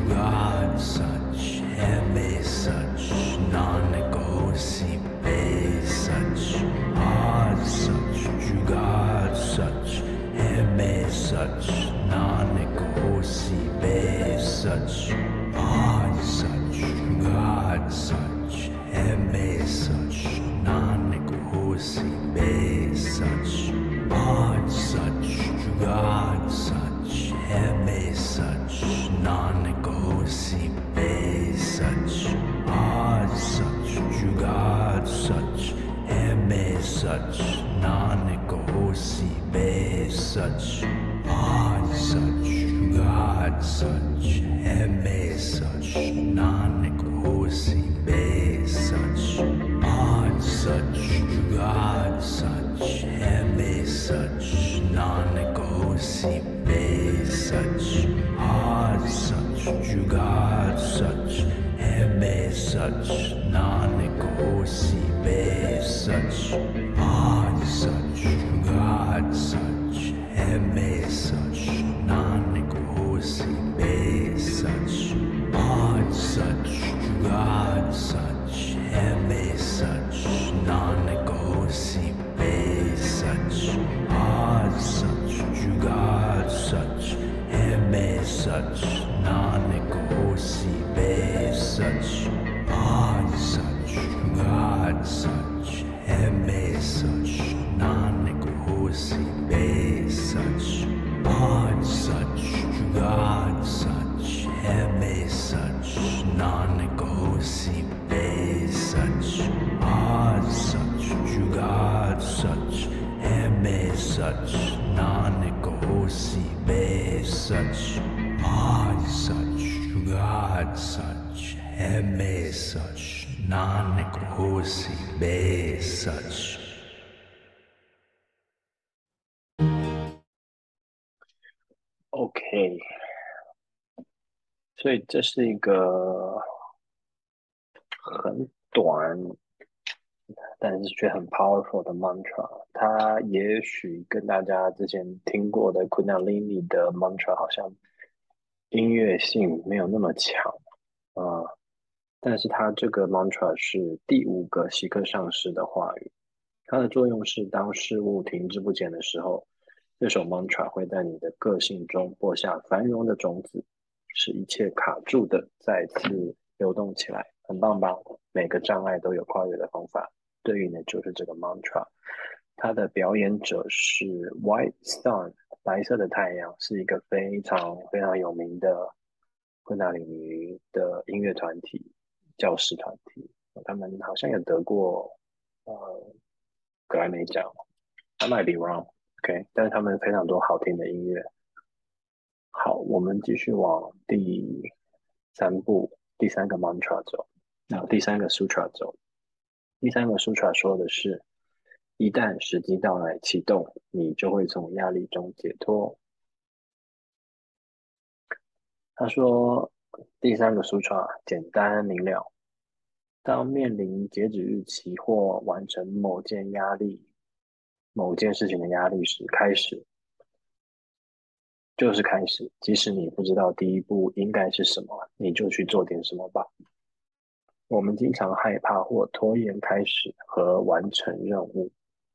God such, Heme such, Nanak hosi be such, Ad such, God such, Heme such, Nanak hosi be such, Ad such, God such, Heme such, Nanak hosi be such, Ad such, God such, Heme such, Nanak hosi be such, Ad such, God such, Heme such, Nanak hosi be such, Ad such, God such, Heme such, Nanak hosi be such, Ad such, God such, Heme such, Nanak hosi be such, Ad such, God such, Heme such, Nanak hosi be such, Ad such, God such, Heme such, Nanak hosi be such, Ad such, God such, Heme such, Nanak hosi be such, Ad such, God such, Heme such, Nanak hosi be such, Ad such, God such, Heme such, Nanak hosi be such, Ad such, God such, Heme such, Nanak hosi be such, Ad such, God such, Heme such, Nanak hosi be such, Ad such, God such, Heme such, Nanak hosi be such. OK，所以这是一个很短，但是却很 powerful 的 mantra。它也许跟大家之前听过的 Kundalini 的 mantra 好像音乐性没有那么强啊、但是它这个 mantra 是第5个锡克上师的话语。它的作用是，当事物停滞不前的时候，这首 mantra 会在你的个性中播下繁荣的种子，使一切卡住的再次流动起来。很棒吧？每个障碍都有跨越的方法，对应的就是这个 mantra。它的表演者是 White Sun， 白色的太阳，是一个非常非常有名的昆达里尼的音乐团体、教师团体。他们好像也得过格莱美奖，I might be wrong，OK，但是他们非常多好听的音乐。好，我们继续往第三个 mantra 走，第三个 sutra 走。第三个 sutra 说的是，一旦时机到来启动，你就会从压力中解脱。他说，第三个 sutra 简单明了，当面临截止日期或完成某件事情的压力时，开始就是开始，即使你不知道第一步应该是什么，你就去做点什么吧。我们经常害怕或拖延开始和完成任务，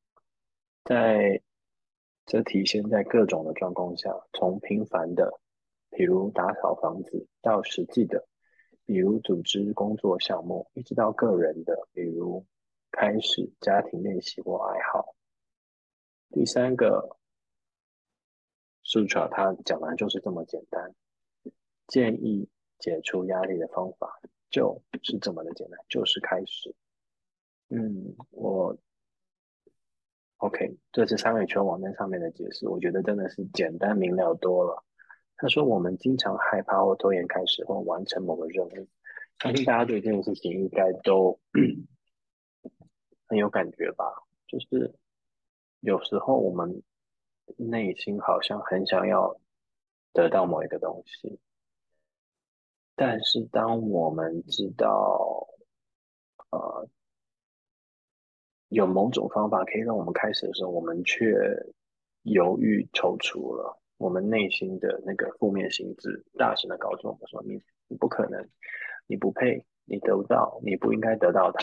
这体现在各种的状况下，从平凡的，比如打扫房子，到实际的，比如组织工作项目，一直到个人的，比如开始家庭练习或爱好。第三个 sutra 它讲的就是这么简单，建议解除压力的方法就是这么的简单，就是开始。 我 OK，这是三位球网站上面的解释，我觉得真的是简单明了多了。他说我们经常害怕或拖延开始或完成某个任务，相信大家对这件事情应该都很有感觉吧？就是有时候我们内心好像很想要得到某一个东西，但是当我们知道有某种方法可以让我们开始的时候，我们却犹豫踌躇了。我们内心的那个负面心智大声的告诉我们说：你不可能，你不配，你得不到，你不应该得到它，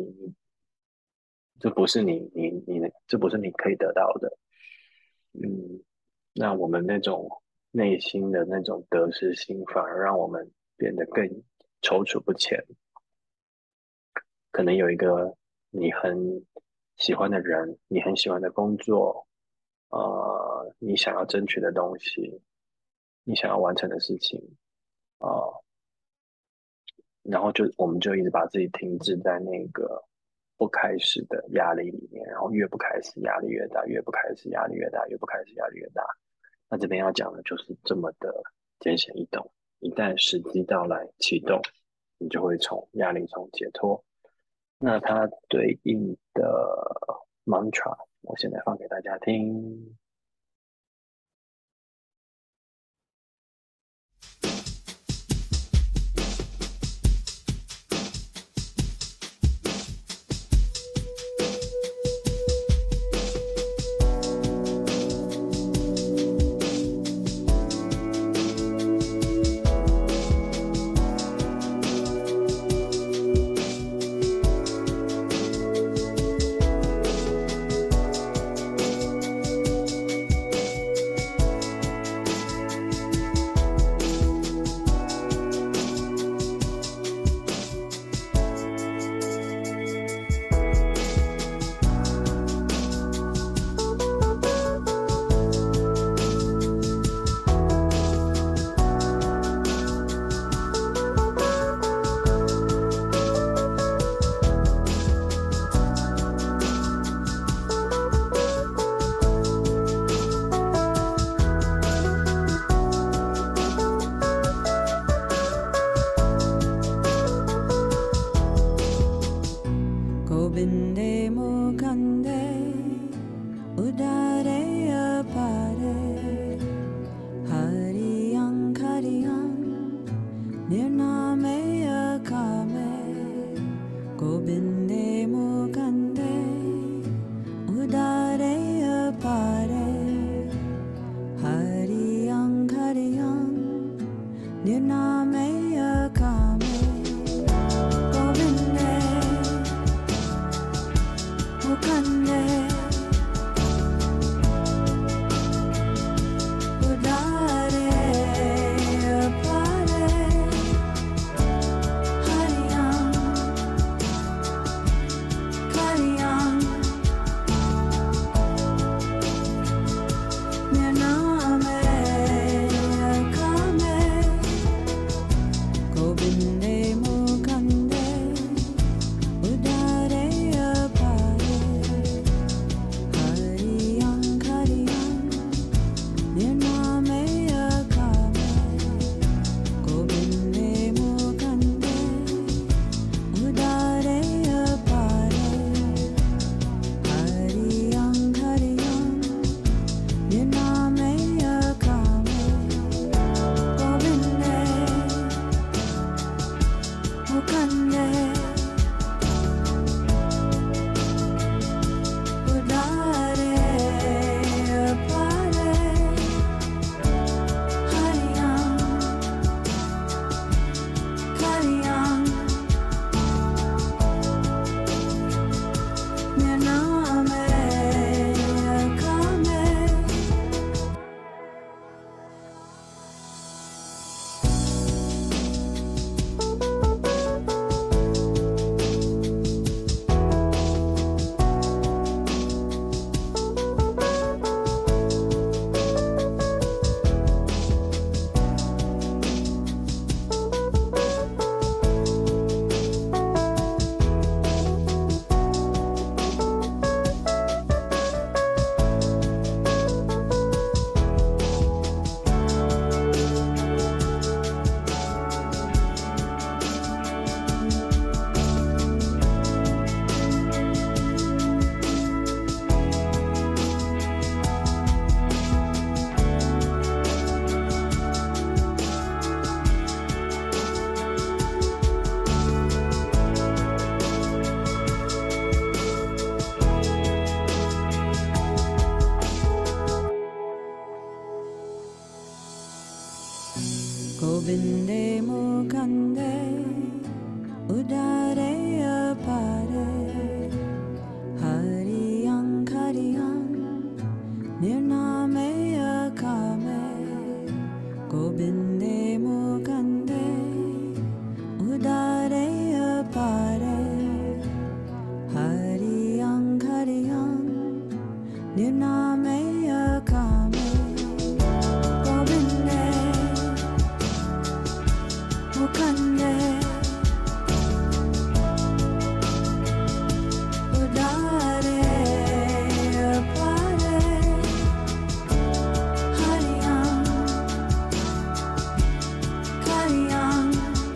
这不是这不是你可以得到的。嗯，那我们那种内心的那种得失心，反而让我们变得更踌躇不前。可能有一个你很喜欢的人，你很喜欢的工作，你想要争取的东西，你想要完成的事情，呃，然后我们就一直把自己停滞在那个不开始的压力里面，然后越不开始压力越大，越不开始压力越大，越不开始压力越大。那这边要讲的就是这么的浅显易懂，一旦时机到来启动，你就会从压力中解脱。那它对应的 mantra，我现在放给大家听。 Gobinde mukande udare apare Hariyang kariyang nirname akame Gobinde mukande udare apare Hariyang kariyang nirname akame Mukande udare apare Hariyang kariyang nirname akame Gobinde mukande udare apare mukande udare apare hariyang kariyang nirname akame gobinde mukande udare apare hariyang kariyang nirname akame gobinde mukande udare apare hariyang kariyang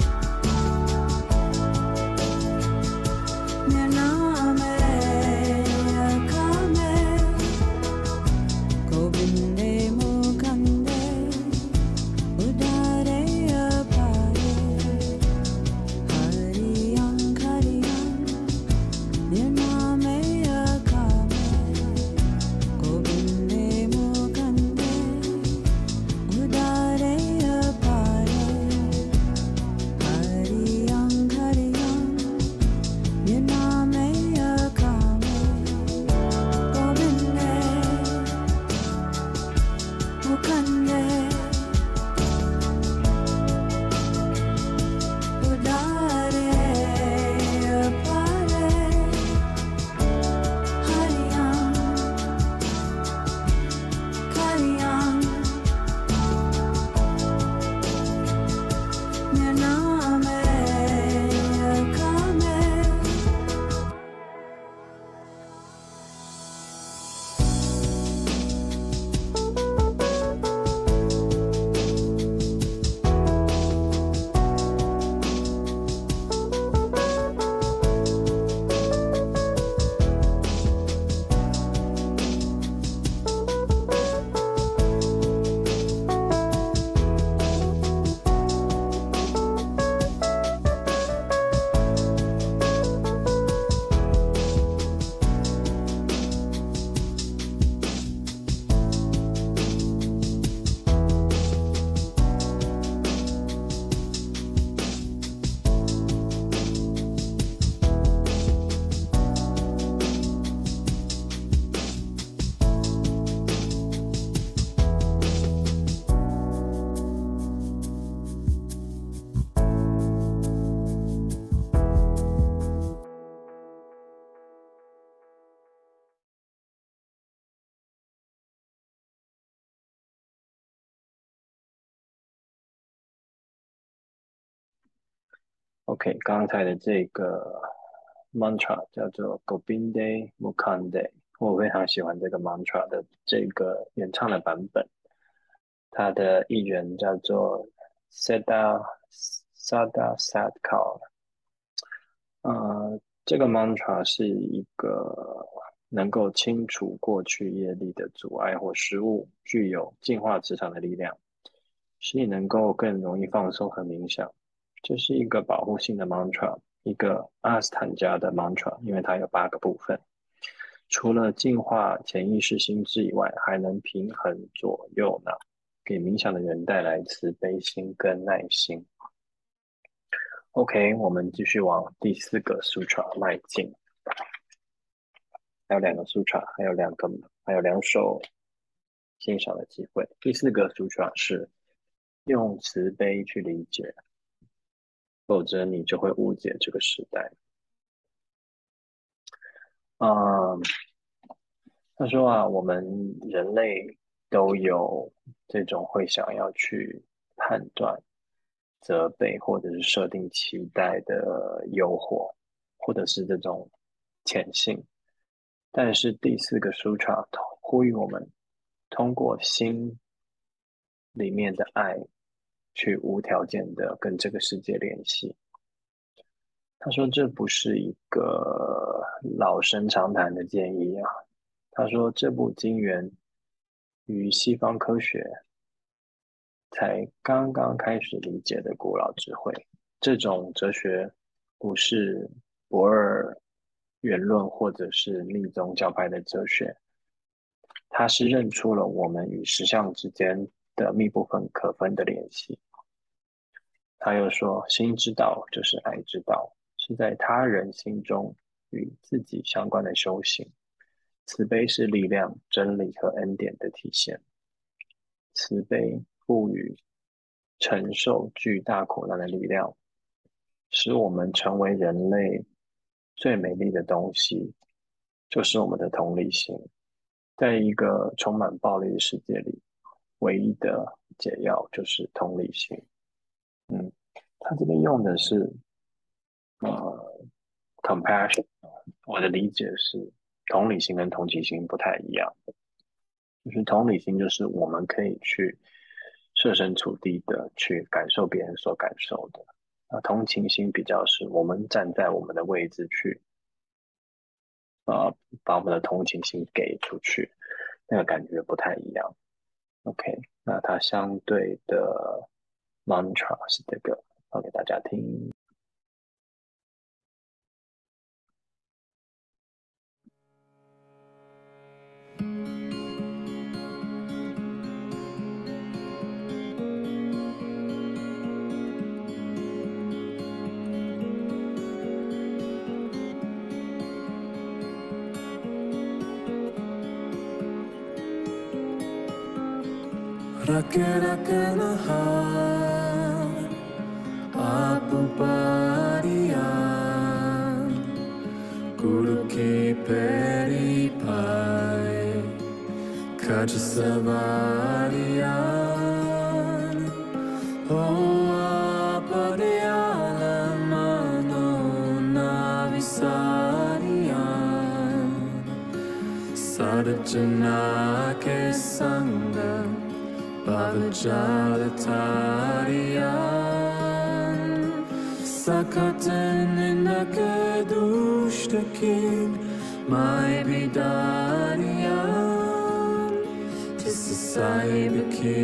nirname akame gobinde mukande udare apare hariyang kariyang nirname akame gobinde mukande udare apare hariyang kariyang nirname akame gobinde mukande udare apare hariyang kariyang nirname akame OK，刚才的这个 mantra 叫做 Gobinde Mukande，我非常喜欢这个 mantra 的这个演唱的版本。它的艺人叫做 Sada Sadkar。这个 mantra 是一个能够清除过去业力的阻碍或失误，具有净化磁场的力量，使你能够更容易放松和冥想。这是一个保护性的 mantra， 一个阿斯坦加的 mantra， 因为它有8个部分。除了净化潜意识心智以外，还能平衡左右脑，给冥想的人带来慈悲心跟耐心。OK， 我们继续往第4个 sutra 迈进。还有2个 sutra， 还有2首欣赏的机会。第4个 sutra 是用慈悲去理解，否则你就会误解这个时代。他说啊，我们人类都有这种会想要去判断、责备或者是设定期待的诱惑，或者是这种潜性。但是第4个sutra呼吁我们通过心里面的爱，去无条件的跟这个世界联系。他说这不是一个老生常谈的建议啊。他说这部经源与西方科学才刚刚开始理解的古老智慧。这种哲学不是不二元论或者是密宗教派的哲学，它是认出了我们与实相之间的密不可分的联系。 他又说，心之道就是爱之道，是在他人心中与自己相关的修行。慈悲是力量、真理和恩典的体现。慈悲赋予承受巨大苦难的力量，使我们成为人类最美丽的东西，就是我们的同理心。在一个充满暴力的世界里，唯一的解药就是同理心。他这边用的是compassion，我的理解是同理心跟同情心不太一样。就是同理心，就是我们可以去设身处地的去感受别人所感受的。同情心比较是我们站在我们的位置去，把我们的同情心给出去，那个感觉不太一样。OK， 那它相对的 mantra 是这个，放给大家听。 Rakyat-rakyat Apu pariyan Guru ki peri pai Kaja savariyan Oh apariyan mano navisariyan Sadhajana ke sangha Bhavajalatariyan Sakatan inakadushtakin Mai bidariyan Tisa saibaki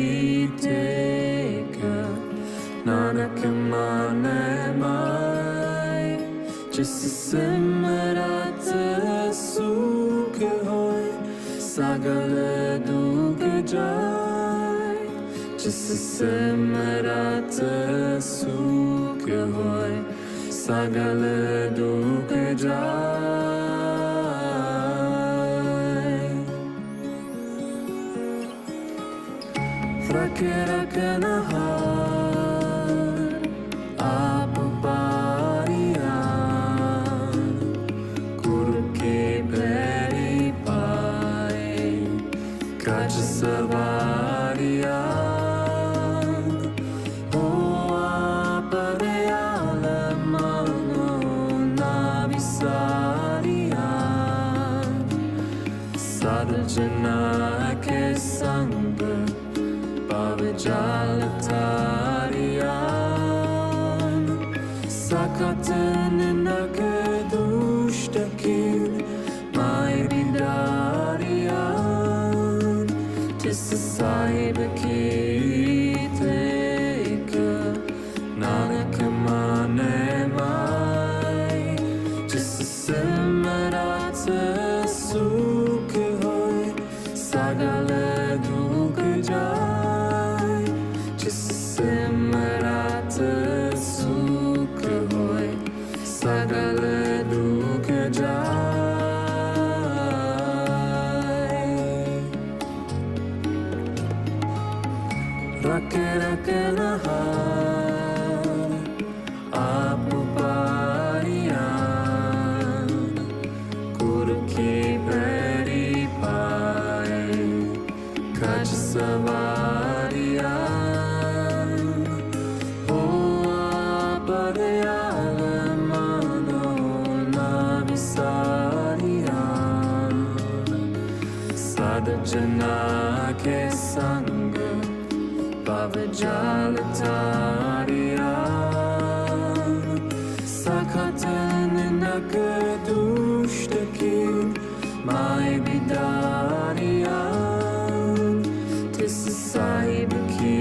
teka Nanakamane mai Jisa simarata sukahoy Sagala dukajay Jis simarata sukha hoy sagala dukh jay Rakh-rakh-nahar Apu pariyan Guru ki peri pai Kaj savariyan Sadhajana ke sangha Bhavajalatariyan Sakatan inakadushtakin Mai bidariyan Tisa saibaki teka Nanakamane mai Jisa simarata Sagala dukh jay Jis simarata sukh hoy Sagala dukh jay Rakh-rakh-nahar Apu pariyan Guru ki peri pai Kaj savariyan Oh apariyan mano navisariyan Sadhajana ke sangha Bhavajalatariyan Sakatan inakadushtakin Mai bidariyan Tisa saibaki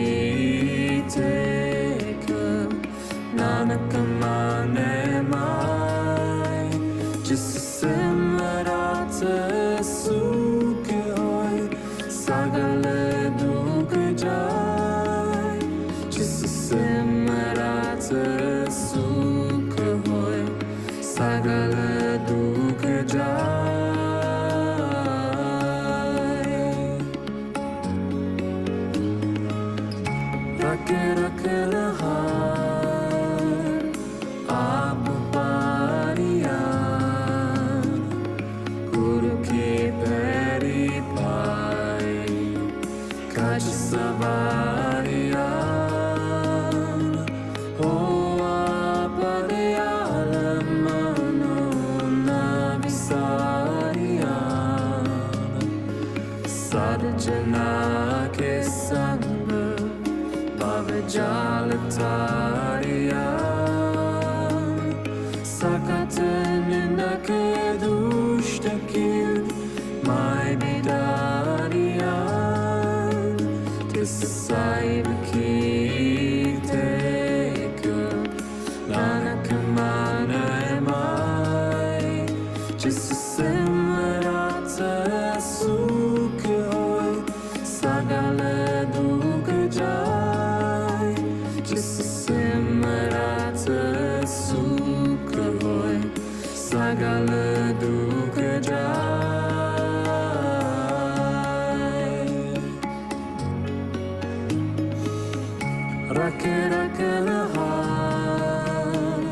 teka Nanakamane mai Jisa simarata sukha hoy Sagala dukh jay Jisa simarata Sarjana ke sang bhavajalatariya Sakatanina ke dushtakir mai bidariya Tisai ki teka Nanakamana mai Jisimarata sukhoy Sagala dukajay Jisimarata sukhoy Sagala dukajay Rake rake lahar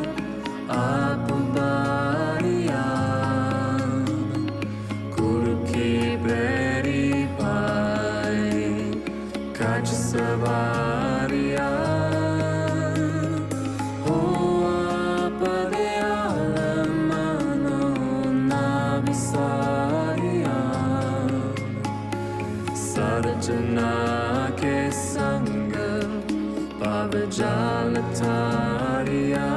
apabariyan Kurki beri pai kaj savariyan Ho apadeyalamano navisariyan Sarjana ke sanga Bhavajalatariya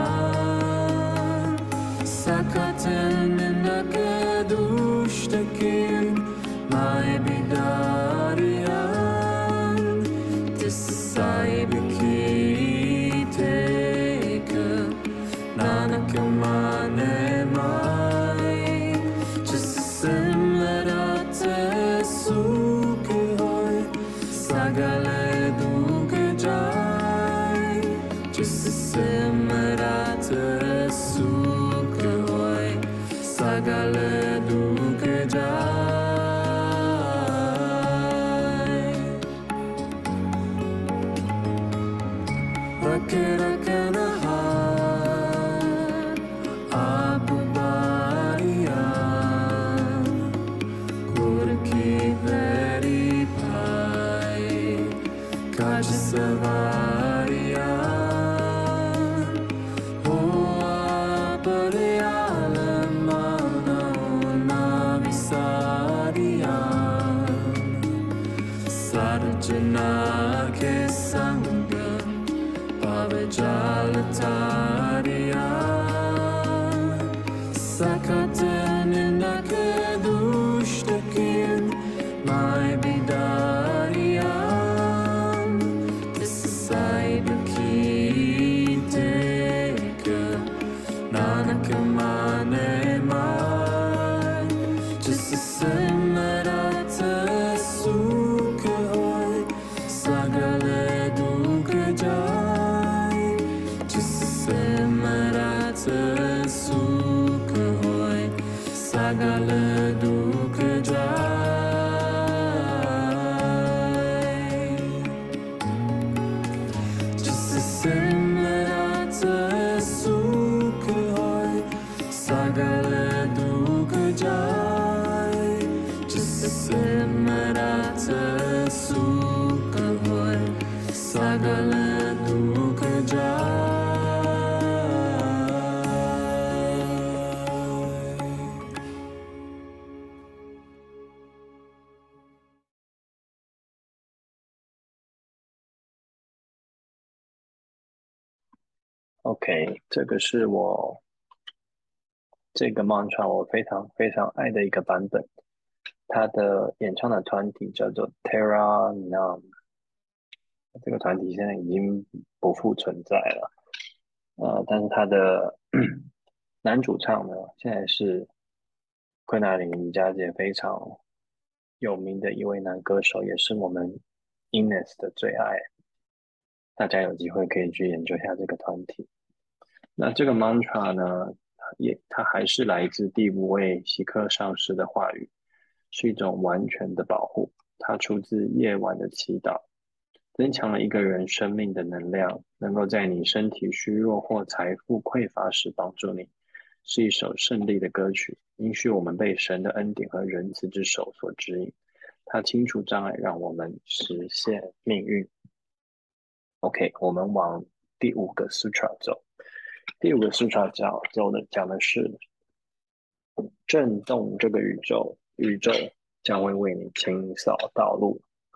Sakatanina ke dushtakin mai bidariya Tisai biki teka Nanakamane mai Jisimarata sukhoy Sagala dukajay Jisimarata sukhoy Sagala dukajay Rake rake lahar apabariyan Kurki veri pai kaj savariyan Ho apadeyalamano navisariyan Sarjana ke sanga Bhavajalatariya Sakatanina ke dushtakin mai bidariyan Tisai baki teka Nanakamane mai Jisimarata sukhoy Sagala dukajay Jisimarata sukhoy Sagala dukajay Jisimarata sukhoy Sagala dukajay Jisimarata sukhoy Sagala dukajay OK，这个是我这个 mantra 我非常非常爱的一个版本，它的演唱的团体叫做 Terra Nam，这个团体现在已经不复存在了，但是他的男主唱呢，现在是昆达里尼瑜伽界非常有名的一位男歌手，也是我们 Ines 的最爱，大家有机会可以去研究一下这个团体。那这个 mantra 呢，它还是来自第五位锡克上师的话语，是一种完全的保护。它出自夜晚的祈祷，增强了一个人生命的能量，能够在你身体虚弱或财富匮乏时帮助你，是一首胜利的歌曲，应许我们被神的恩典和仁慈之手所指引。它清除障碍，让我们实现命运。OK， 我们往第五个 sutra 走。第五个 sutra 讲的是震动这个宇宙，宇宙将会为你清扫道路，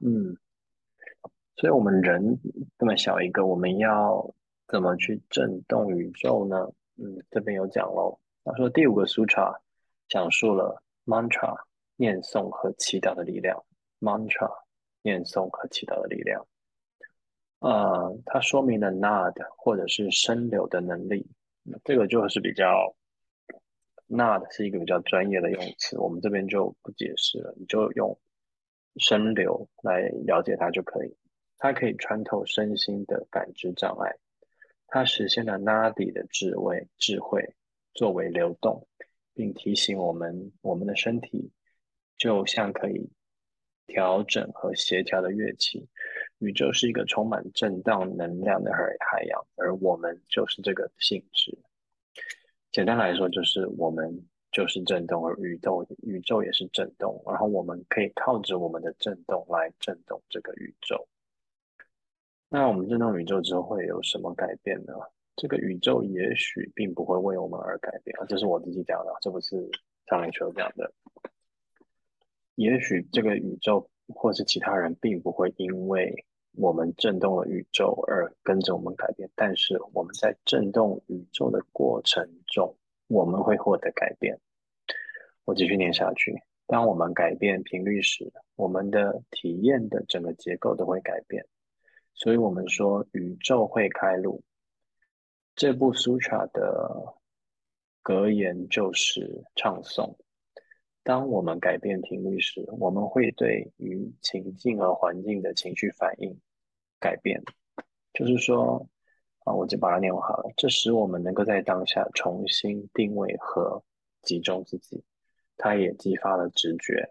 嗯，所以我们人这么小一个，我们要怎么去震动宇宙呢？这边有讲喽。他说第五个 sutra 讲述了 mantra 念诵和祈祷的力量，mantra 念诵和祈祷的力量。它说明了 nad 或者是声流的能力。这个就是比较 nad 是一个比较专业的用词，我们这边就不解释了，你就用声流来了解它就可以。它可以穿透身心的感知障碍，它实现了 nadi 的智慧作为流动，并提醒我们的身体就像可以调整和协调的乐器。宇宙是一个充满震荡能量的海洋，而我们就是这个性质。简单来说，就是我们就是震动，而宇宙也是震动，然后我们可以靠着我们的震动来震动这个宇宙。那我们震动宇宙之后会有什么改变呢？这个宇宙也许并不会为我们而改变啊，这是我自己讲的，这不是上来球讲的。也许这个宇宙或是其他人并不会因为我们震动了宇宙而跟着我们改变，但是我们在震动宇宙的过程中，我们会获得改变。我继续念下去。当我们改变频率时，我们的体验的整个结构都会改变。所以我们说宇宙会开路。这部 sutra 的格言就是唱诵。当我们改变频率时，我们会对于情境和环境的情绪反应改变。就是说，我就把它念好了。这使我们能够在当下重新定位和集中自己。它也激发了直觉。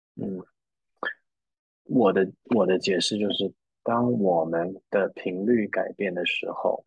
我的解释就是，当我们的频率改变的时候，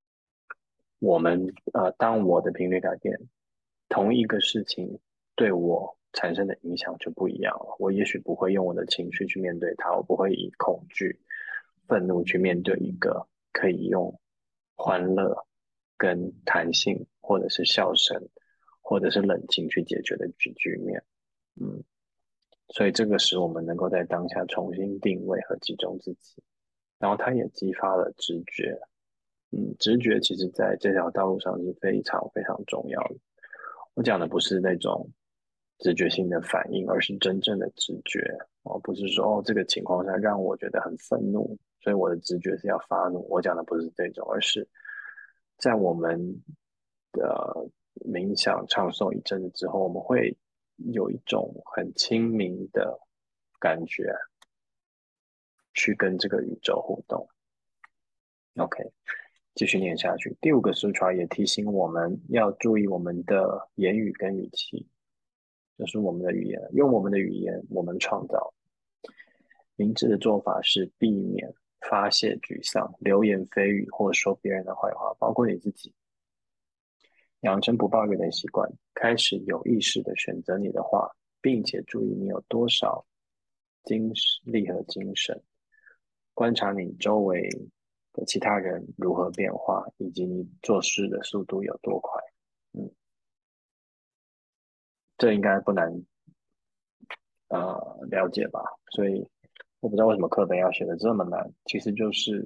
当我的频率改变，同一个事情对我产生的影响就不一样了。我也许不会用我的情绪去面对它，我不会以恐惧、愤怒去面对一个可以用欢乐、跟弹性，或者是笑声，或者是冷静去解决的局面。所以这个使我们能够在当下重新定位和集中自己，然后它也激发了直觉。直觉其实在这条道路上是非常非常重要的。我讲的不是那种直觉性的反应，而是真正的直觉。不是说这个情况下让我觉得很愤怒，所以我的直觉是要发怒。我讲的不是这种，而是在我们的冥想唱诵一阵子之后，我们会有一种很清明的感觉，去跟这个宇宙互动。OK， 继续念下去。第五个 sutra 也提醒我们要注意我们的言语跟语气，就是我们的语言，用我们的语言，我们创造。明智的做法是避免发泄沮丧、流言蜚语或说别人的坏话，包括你自己。养成不抱怨的习惯，开始有意识的选择你的话，并且注意你有多少精力和精神，观察你周围的其他人如何变化，以及你做事的速度有多快。这应该不难了解吧？所以我不知道为什么课本要写的这么难，其实就是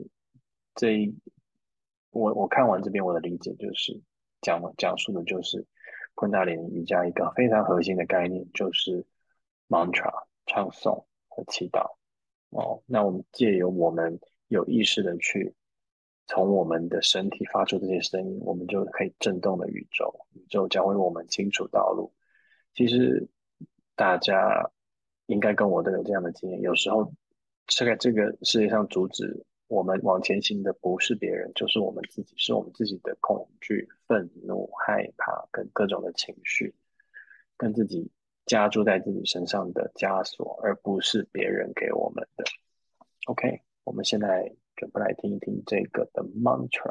我看完这边我的理解就是讲述的就是昆达里尼瑜伽一个非常核心的概念，就是 mantra 唱诵和祈祷。那我们借由我们有意识的去从我们的身体发出这些声音，我们就可以震动了宇宙，宇宙将为我们清除道路。其实大家应该跟我都有这样的经验，有时候这个世界上阻止我们往前行的不是别人，就是我们自己，是我们自己的恐惧、愤怒、害怕跟各种的情绪，跟自己加注在自己身上的枷锁，而不是别人给我们的。OK， 我们现在准备来听一听这个的 mantra。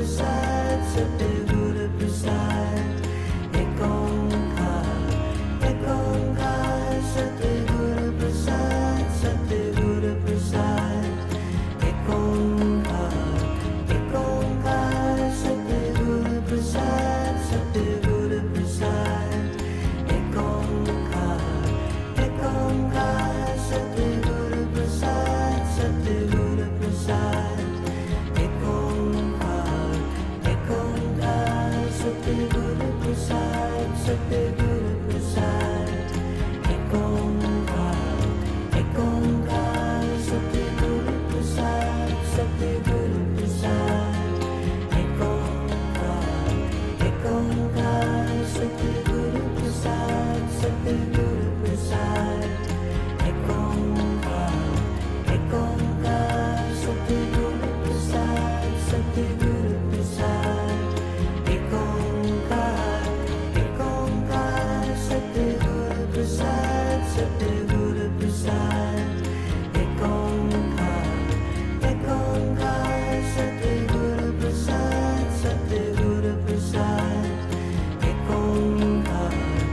Prasad, Satguru Prasad, Ek Onkar, Satguru Prasad, Satguru Prasad, Ek Onkar, Satguru Prasad, Satguru Prasad, Ek Onkar, Satguru Prasad, Satguru Prasad, Ek Onkar, Satguru Prasad, Satguru Prasad, Ek Onkar, Satguru Prasad, Satguru Prasad, Ek Onkar, Satguru Prasad, Satguru Prasad, Ek Onkar, Satguru Prasad, Satguru Prasad, Ek Onkar, Satguru Prasad, Satguru Prasad, Ek Onkar, Satguru Prasad, Satguru Prasad, Ek Onkar,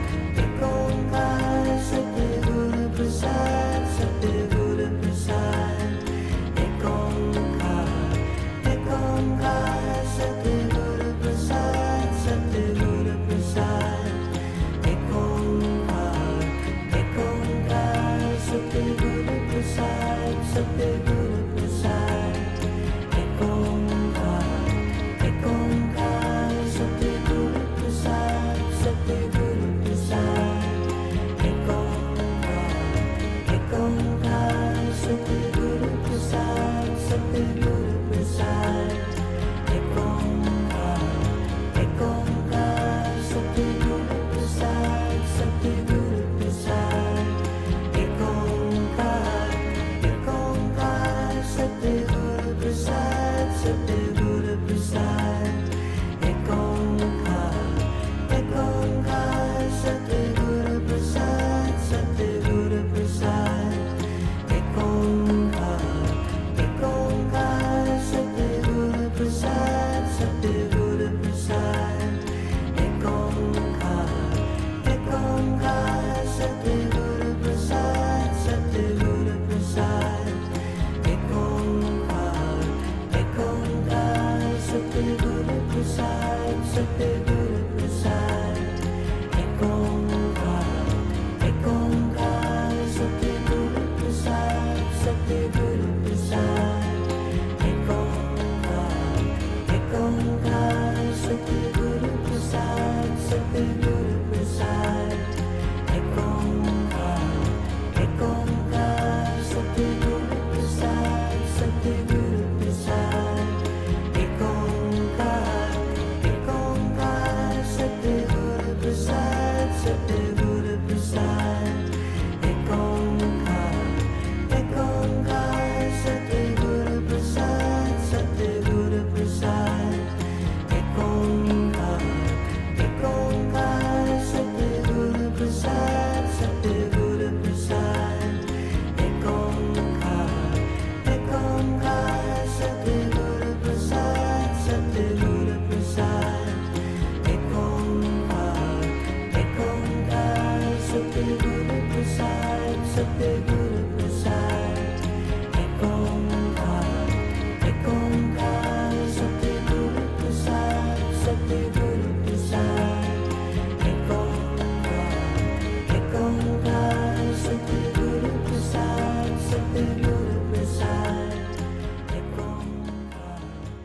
Satguru Prasad, Satguru Prasad, Ek Onkar, Satguru Prasad, Satguru Prasad, Ek Onkar, Satguru Prasad, Satguru Prasad, Ek Onkar, Satguru Prasad, Satguru Prasad, Ek Onkar, Satguru Prasad, Satguru Prasad, Ek Onkar, Satguru Prasad, Satguru Prasad, Ek Onkar, Satguru Prasad, Satguru Prasad, Ek Onkar, Satguru Prasad, Satguru Prasad, Ek Onkar, Satguru Prasad, Satguru Prasad, Ek Onkar, Satguru Prasad, Satguru Prasad, Ek Onkar, Satguru Prasad, Satguru Prasad, Ek Onkar, Satguru Prasad, Satguru Prasad, Ek Onkar, Satguru Prasad, Satguru Prasad, Ek Onkar, Satguru Prasad, Satguru Prasad, Ek Onkar, Satguru Prasad, Satguru Prasad, Ek Onkar, Satguru Prasad, Satguru Prasad, Ek Onkar, Satguru Prasad, Satguru Prasad, Ek Onkar, Satguru Prasad, Satguru Prasad, Ek Onkar, Satguru Prasad, Satguru Prasad, Ek Onkar, Satguru Prasad, Satguru Prasad, Ek Onkar, Satguru Prasad, Satguru Prasad, Ek Onkar,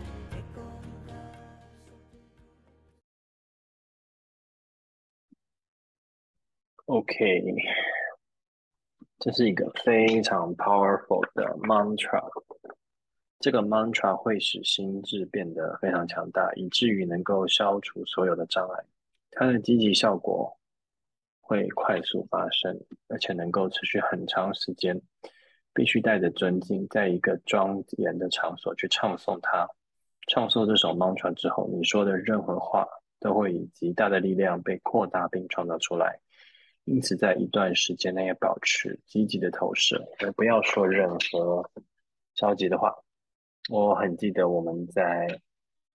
OK，这是一个非常 powerful 的 mantra。这个 mantra 会使心智变得非常强大，以至于能够消除所有的障碍。它的积极效果会快速发生，而且能够持续很长时间。必须带着尊敬，在一个庄严的场所去唱诵它。唱诵这首 mantra 之后，你说的任何话都会以极大的力量被扩大并创造出来。因此，在一段时间内保持积极的投射，而不要说任何消极的话。我很记得我们在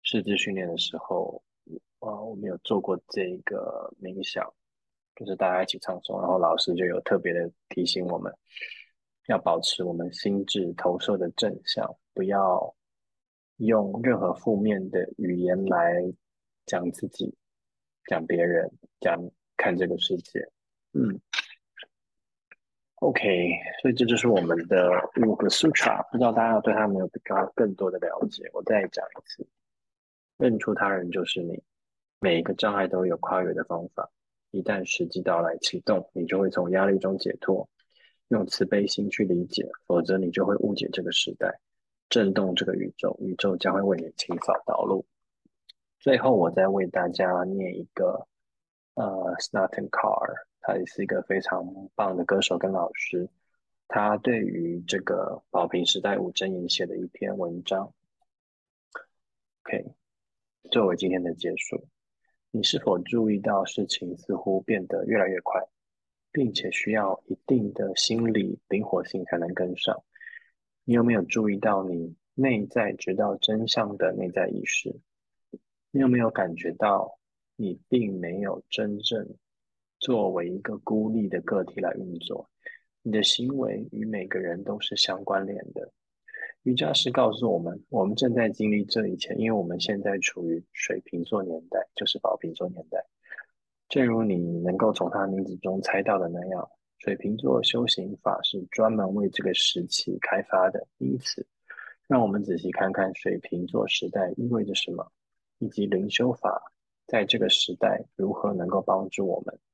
师资训练的时候，我们有做过这个冥想，就是大家一起唱诵，然后老师就有特别的提醒我们，要保持我们心智投射的正向，不要用任何负面的语言来讲自己、讲别人、看这个世界。OK，所以这就是我们的5个 sutra，不知道大家对他们有更多的了解。我再讲一次，认出他人就是你，每一个障碍都有跨越的方法，一旦时机到来启动，你就会从压力中解脱。用慈悲心去理解，否则你就会误解这个时代，震动这个宇宙，宇宙将会为你清扫道路。最后，我再为大家念一个Snarton Carr，他也是一个非常棒的歌手跟老师。他对于这个宝瓶时代5箴言写的一篇文章。OK， 作为今天的结束，你是否注意到事情似乎变得越来越快，并且需要一定的心理灵活性才能跟上？你有没有注意到你内在知道真相的内在意识？你有没有感觉到你并没有真正作为一个孤立的个体来运作？你的行为与每个人都是相关联的。瑜伽师告诉我们，我们正在经历这一切，因为我们现在处于水瓶座年代，就是宝瓶座年代。正如你能够从他名字中猜到的那样，水瓶座修行法是专门为这个时期开发的。因此，让我们仔细看看水瓶座时代意味着什么，以及灵修法在这个时代如何能够帮助我们。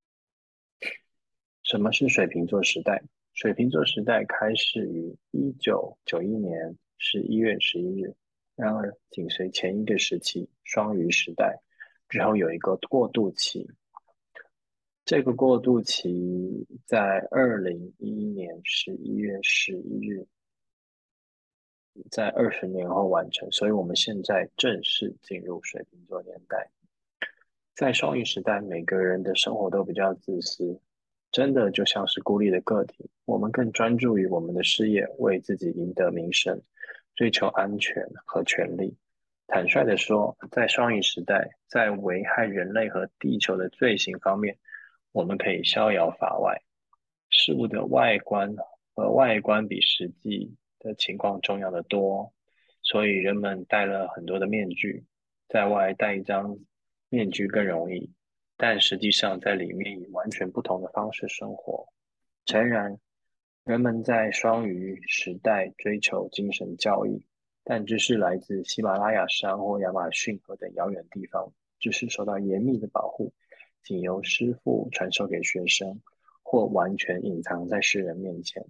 什么是水瓶座时代？水瓶座时代开始于1991年11月11日，然而紧随前一个时期双鱼时代之后有一个过渡期。这个过渡期在2011年11月11日，在20年后完成，所以我们现在正式进入水瓶座年代。在双鱼时代，每个人的生活都比较自私，真的就像是孤立的个体，我们更专注于我们的事业，为自己赢得名声，追求安全和权利。坦率地说，在双鱼时代，在危害人类和地球的罪行方面，我们可以逍遥法外。事物的外观和外观比实际的情况重要的多，所以人们戴了很多的面具，在外戴一张面具更容易，但实际上在里面以完全不同的方式生活。诚然，人们在双鱼时代追求精神教义，但知识来自喜马拉雅山或亚马逊河等遥远地方，知识受到严密的保护，仅由师父传授给学生，或完全隐藏在世人面前。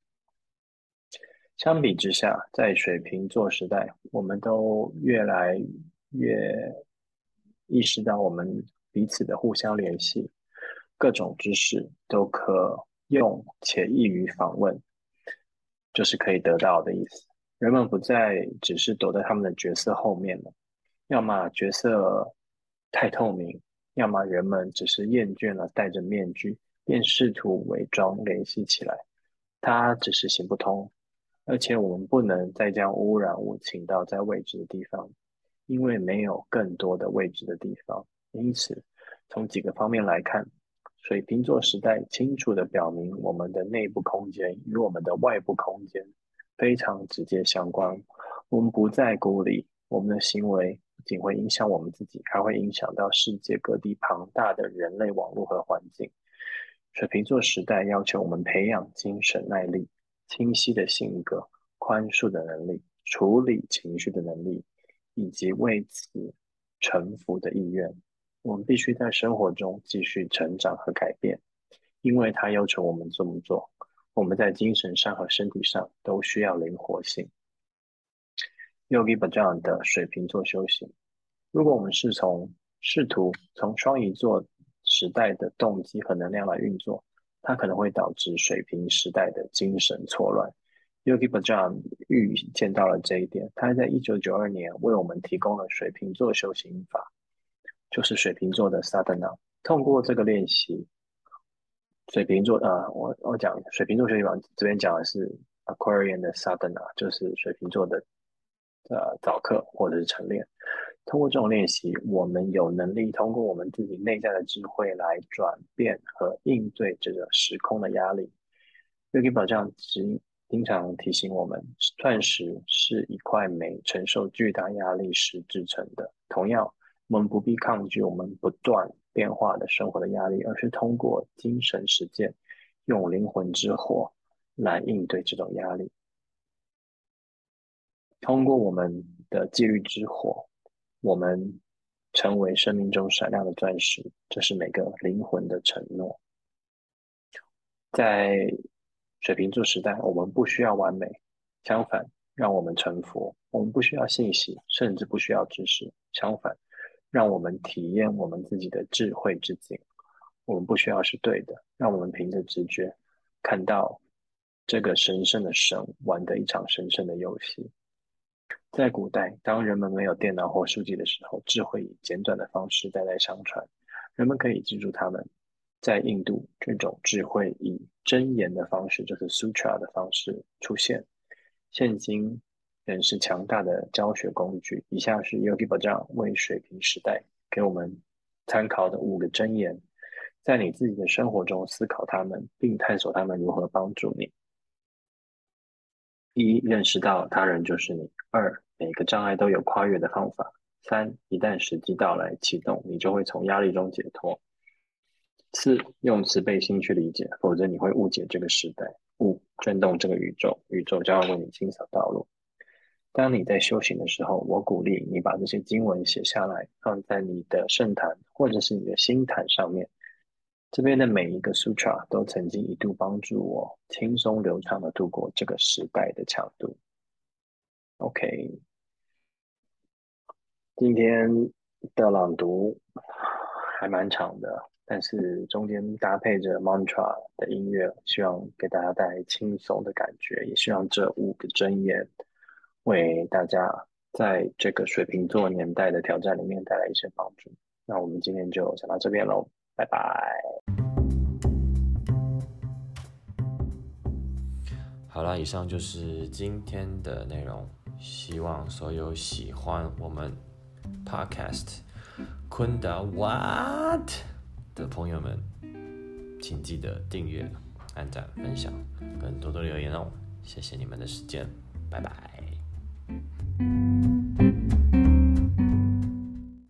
相比之下，在水瓶座时代，我们都越来越意识到我们彼此的互相联系，各种知识都可用且易于访问，就是可以得到的意思。人们不再只是躲在他们的角色后面了，要么角色太透明，要么人们只是厌倦了戴着面具，便试图伪装联系起来。它只是行不通，而且我们不能再将污染物请到在未知的地方，因为没有更多的未知的地方。因此，从几个方面来看，水瓶座时代清楚地表明我们的内部空间与我们的外部空间非常直接相关。我们不再孤立，我们的行为不仅会影响我们自己，还会影响到世界各地庞大的人类网络和环境。水瓶座时代要求我们培养精神耐力、清晰的性格、宽恕的能力、处理情绪的能力，以及为此臣服的意愿。我们必须在生活中继续成长和改变，因为它要求我们这么做。我们在精神上和身体上都需要灵活性。Yogi Bhajan 的水瓶座修行，如果我们试图从双鱼座时代的动机和能量来运作，它可能会导致水瓶时代的精神错乱。Yogi Bhajan 预见到了这一点，他在1992年为我们提供了水瓶座修行法，就是水瓶座的 Sadhana。通过这个练习，水瓶座我讲水瓶座修行法，这边讲的是 Aquarian 的 Sadhana，就是水瓶座的早课或者是晨练。 通过这种练习，我们有能力通过我们自己内在的智慧来转变和应对这个时空的压力。Yogi 宝藏经常提醒我们，钻石是一块煤承受巨大压力时制成的。同样，我们不必抗拒我们不断变化的生活的压力，而是通过精神实践，用灵魂之火来应对这种压力。通过我们的纪律之火，我们成为生命中闪亮的钻石，这是每个灵魂的承诺。在水瓶座时代，我们不需要完美，相反，让我们臣服。我们不需要信息，甚至不需要知识，相反，让我们体验我们自己的智慧之境。我们不需要是对的，让我们凭着直觉看到这个神圣的神玩的一场神圣的游戏。在古代，当人们没有电脑或书籍的时候，智慧以简短的方式代代相传，人们可以记住它们。在印度，这种智慧以箴言的方式，就是 sutra 的方式出现。现今仍是强大的教学工具。以下是 Yogi Bhajan 为水瓶时代给我们参考的5个箴言，在你自己的生活中思考它们，并探索它们如何帮助你。1. 认识到他人就是你。2. 每个障碍都有跨越的方法。3. 一旦时机到来启动，你就会从压力中解脱。4. 用慈悲心去理解，否则你会误解这个时代。5. 震动这个宇宙，宇宙将会为你清扫道路。当你在修行的时候，我鼓励你把这些经文写下来，放在你的圣坛或者是你的心坛上面。这边的每一个 sutra 都曾经一度帮助我轻松流畅的度过这个时代的强度。OK， 今天的朗读还蛮长的，但是中间搭配着 mantra 的音乐，希望给大家带来轻松的感觉，也希望这5个箴言为大家在这个水瓶座年代的挑战里面带来一些帮助。那我们今天就讲到这边咯，拜拜。 好了，以上就是今天的内容。希望所有喜欢我们 Podcast 昆达 What 的朋友们，请记得订阅、按赞、分享，跟多多留言哦。谢谢你们的时间，拜拜。